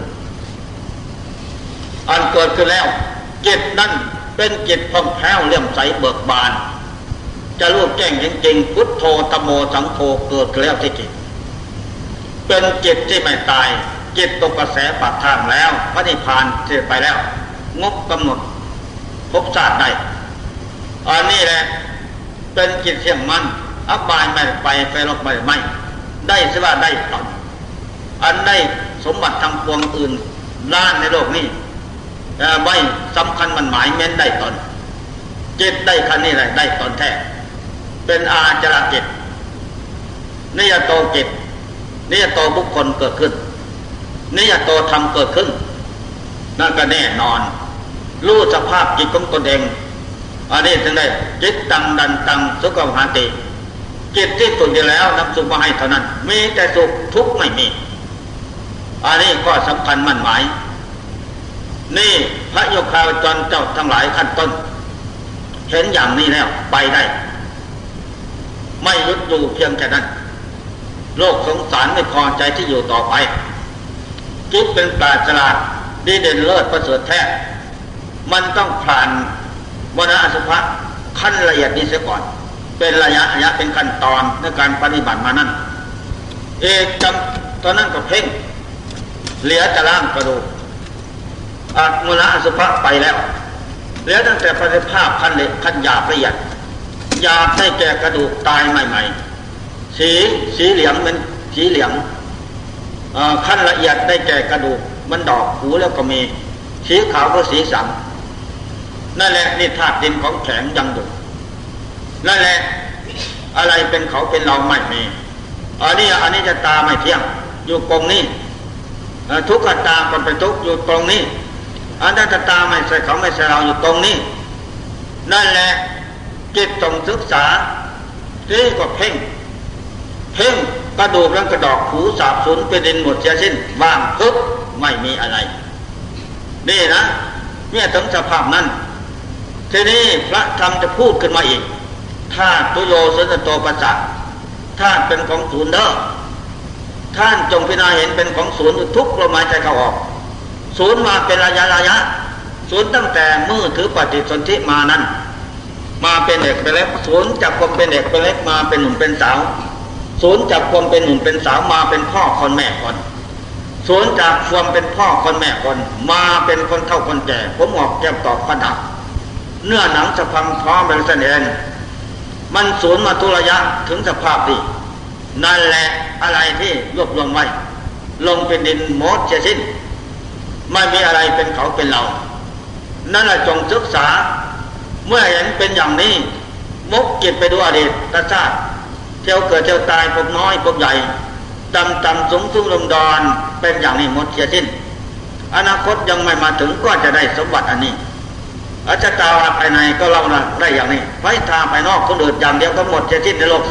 อันเกิดขึ้นแล้วจิตนั้นเป็นจิตผ่องแผ้วเลื่อมใสเบิกบานจะรู้แจ้งจริงๆพุทโธธัมโมสังโฆเกิดแล้วที่จิตเป็นจิตที่ไม่ตายจิตตกกระแสปากทางแล้วพระนิพพานเสด็จไปแล้วงบกำหนดภพชาติได้อันนี้แหละเป็นจิตเสี่ยงมั่นอบายไม่ไปไฟลบไม่ได้สิว่าได้ตอนอันได้สมบัติทำความอื่นล้านในโลกนี้ไม่สำคัญมันหมายเม้นได้ตอนจิตได้คันนี้แหละได้ตอนแท้เป็นอาจารจิตนิยโตจิตนิยโตบุคคลเกิดขึ้นนิยโตธรรมเกิดขึ้นนั่นก็แน่นอนรู้สภาพจิตของตนเองอันนี้ถึงได้จิตตังดันตังสุขหาติจิตที่ฝึกดีแล้วนำสุขมาให้เท่านั้นมีแต่สุขทุกข์ไม่มีอันนี้ก็สำคัญมั่นหมายนี่พระโยคาวจรเจ้าทั้งหลายขั้นต้นเห็นอย่างนี้แล้วไปได้ไม่หยุดอยู่เพียงแค่นั้นโลกสงสารไม่พอใจที่อยู่ต่อไปจิตเป็นปราชญ์ฉลาดดีเด่นเลิศประเสริฐแท้มันต้องผ่านมรณะอสุภะขั้นละเอียดนี้เสียก่อนเป็นระยะเป็นขั้นตอนในการปฏิบัติมานั้นจำตอนนั้นก็เพ่งเหลือแต่ร่างกระดูกมรณะอสุภะไปแล้วเหลือตั้งแต่ปฏิภาพขั้นเล็กขั้นหยาบละเอียดหยาบได้แก่กระดูกตายใหม่ๆสีเหลืองเป็นสีเหลืองขั้นละเอียดได้แก่กระดูกมันดอกหูแล้วก็มีสีขาวก็สีสังนั่นแหละนี่ธาตุดินของแข็งยังอยู่นั่นแหละอะไรเป็นเขาเป็นเราไม่มีอันนี้จะตาไม่เที่ยงอยู่ตรงนี้ทุกขตามันเป็นทุกข์อยู่ตรงนี้อันนั้นตาไม่ใช่เขาไม่ใช่เราอยู่ตรงนี้นั่นแหละจิตต้องศึกษาที่ก็เพ่งกระดูกและกระดอกหูสาบสูญเป็นดินหมดเสียสิ้นว่างพึบไม่มีอะไรนี่นะเมื่อถึงสภาพนั้นทีนี้พระธรรมจะพูดขึ้นมาอีกถ้าตุโยสนโตปัสสะท่านเป็นของศูนย์เด้อท่านจงพิจารณาเห็นเป็นของศูนย์ทุกลมหายใจเข้าออกศูนย์มาเป็นระยะศูนย์ตั้งแต่มือถือปฏิสนธิมานั้นมาเป็นเด็กเป็นเล็กศูนย์จากความเป็นเด็กเป็นเล็กมาเป็นหนุ่มเป็นสาวศูนย์จากความเป็นหนุ่มเป็นสาวมาเป็นพ่อคนแม่คนศูนย์จากความเป็นพ่อคนแม่คนมาเป็นคนเฒ่าคนแก่ผมออกแก้มตอบฟันหักเนื้อหนังสะพังท้องเป็นเส้นเอ็นมันศูนย์มาทุระยะถึงสภาพนี้นั่นแหละอะไรที่รวบรวมไว้ลงเป็นดินหมดเสียสิ้นไม่มีอะไรเป็นเขาเป็นเรานั่นแหละจงศึกษาเมื่อเห็นเป็นอย่างนี้มุกจิตไปดูอดีตชาติเที่ยวเกิดเที่ยวตายพบน้อยพบใหญ่ต่ำสูงลมดอนเป็นอย่างนี้หมดเสียสิ้นอนาคตยังไม่มาถึงก็จะได้สมบัติอันนี้อาจจะตาภายในก็เราได้อย่างนี้ไว้ทางภายนอกคนอื่นอย่างเดียวก็หมดเสียสิ้นในโลก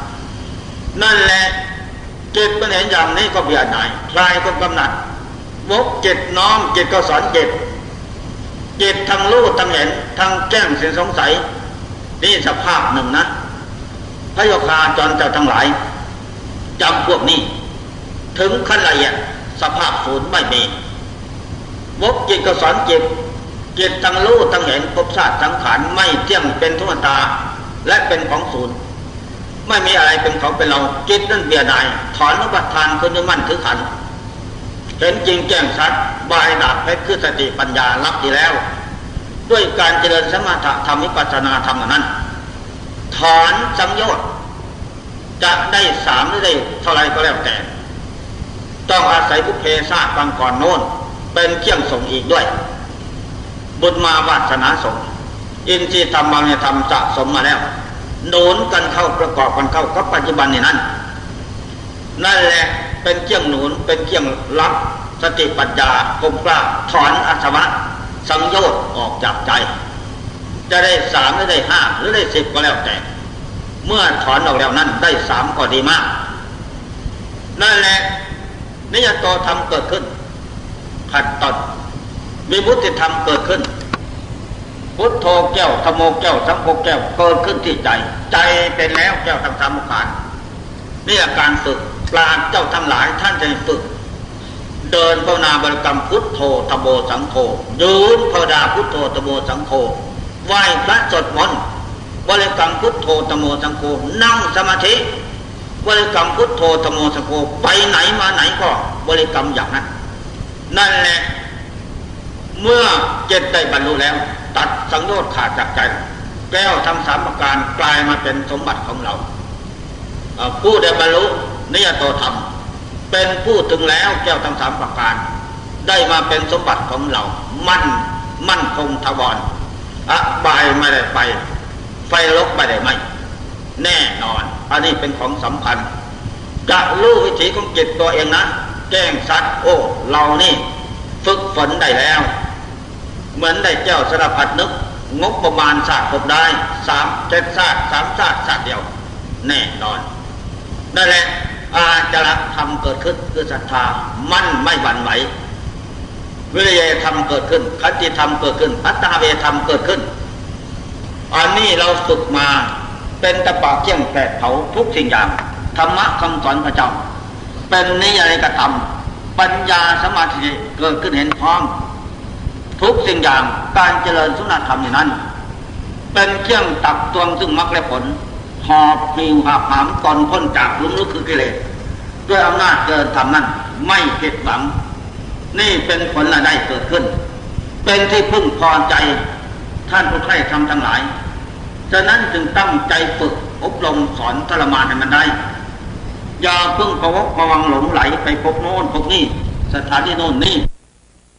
3นั่นแหละจิตมันเห็นอย่างนี้ก็เบื่อหน่ายคลายก็กำหนัดวกจิตน้อมจิตก็สอนจิตทั้งรู้ทั้งเห็นทั้งแจ้งสิ่งสงสัยนี่สภาพหนึ่งนะพระโยคาจรเจ้าทั้งหลายจำพวกนี้ถึงขั้นละเอียดสภาพศูนย์ไม่มีวกจิตก็สอนจิตทั้งรู้ทั้งเห็นภพชาติสังขารไม่เที่ยงเป็นทุกขตาและเป็นของศูนย์ไม่มีอะไรเป็นของเป็นเราจิตนั่นเบียดายถอนอุปทานคนยึดมั่นถือขันเห็นจริงแจ้งชัดบายดาบเพชรคือสติปัญญารับดีแล้วด้วยการเจริญสมถะธรรมวิปัสสนาธรรมนั้นถอนสังโยชน์จะได้3หรือได้เท่าไรก็แล้วแต่ต้องอาศัยบุพเพชาติบางก่อนโน้นเป็นเครื่องส่งอีกด้วยบุญมาวาสนาส่งอินทรีย์ธรรมบางธรรมสะสมมาแล้วโน้นกันเข้าประกอบกันเข้ากับปัจจุบันนี้นั่นแหละเป็นเครื่องหนุนเป็นเครื่องรับสติปัญญากลมกล้าถอนอาสวะสังโยชน์ออกจากใจจะได้3หรือได้5หรือได้10ก็แล้วแต่เมื่อถอนออกแล้วนั้นได้3ก็ดีมากนั่นแหละนิยตธรรมเกิดขึ้นขัดตอนวิมุตติธรรมเกิดขึ้นพุทโธแก้วธัมโมแก้วสังโฆแก้วเกิดขึ้นที่ใจใจเป็นแล้วแก้วทั้ง3ประการนี่อาการฝึกปราชญ์เจ้าทั้งหลายท่านจะฝึกเดินภาวนาบริกรรมพุทโธธัมโมสังโฆยืนภาวนาพุทโธธัมโมสังโฆไหว้พระสวดมนต์บริกรรมพุทโธธัมโมสังโฆนั่งสมาธิบริกรรมพุทโธธัมโมสังโฆไปไหนมาไหนก็บริกรรมอย่างนั้นนั่นแหละเมื่อจิตได้บรรลุแล้วตัดสังโยชน์ขาดจากใจแก้วทั้ง3ประการกลายมาเป็นสมบัติของเราผู้ได้บรรลุนิยตธรรมเป็นผู้ถึงแล้วแก้วทั้ง3ประการได้มาเป็นสมบัติของเรามั่นคงถาวรอบายไม่ได้ไปไฟลกไม่ได้ไหมแน่นอนอันนี้เป็นของสำคัญจะรู้วิถีของจิตตัวเองนะแจ้งชัดโอ้เรานี่ฝึกฝนได้แล้วเหมือนได้เจ้าสารพัดนึกงบประมาณศาสตร์ผมได้7ศาสตร์3ศาสตร์ศาสตร์เดียวแน่นอนนั่นแหละอาจารธรรมเกิดขึ้นคือศรัทธามั่นไม่หวั่นไหววิริยธรรมเกิดขึ้นขันติธรรมเกิดขึ้นอัตตาเวธรรมเกิดขึ้นอันนี้เราฝึกมาเป็นตะปะเขี้ยงแผดเผาทุกสิ่งอย่างธรรมะคำสอนพระเจ้าเป็นนิยายกธรรมปัญญาสมาธิเกิดขึ้นเห็นพร้อมทุกสิ่งอย่างการเจริญสุนทรธรรมนั้นเป็นเครื่องตักตวงซึ่งมรรคและผลหอบหิวหาหามตนพ้นจากหลุมลึกคือกิเลสด้วยอำนาจเกินธรรมนั้นไม่ผิดหวังนี่เป็นผลได้เกิดขึ้นเป็นที่พึ่งพอใจท่านผู้ใคร่ธรรมทั้งหลายฉะนั้นจึงตั้งใจฝึกอบรมสอนทรมานให้มันได้อย่าพึ่งพะวกพะวังหลงไหลไปพบโน่นพบนี่สถานที่โน่นนี่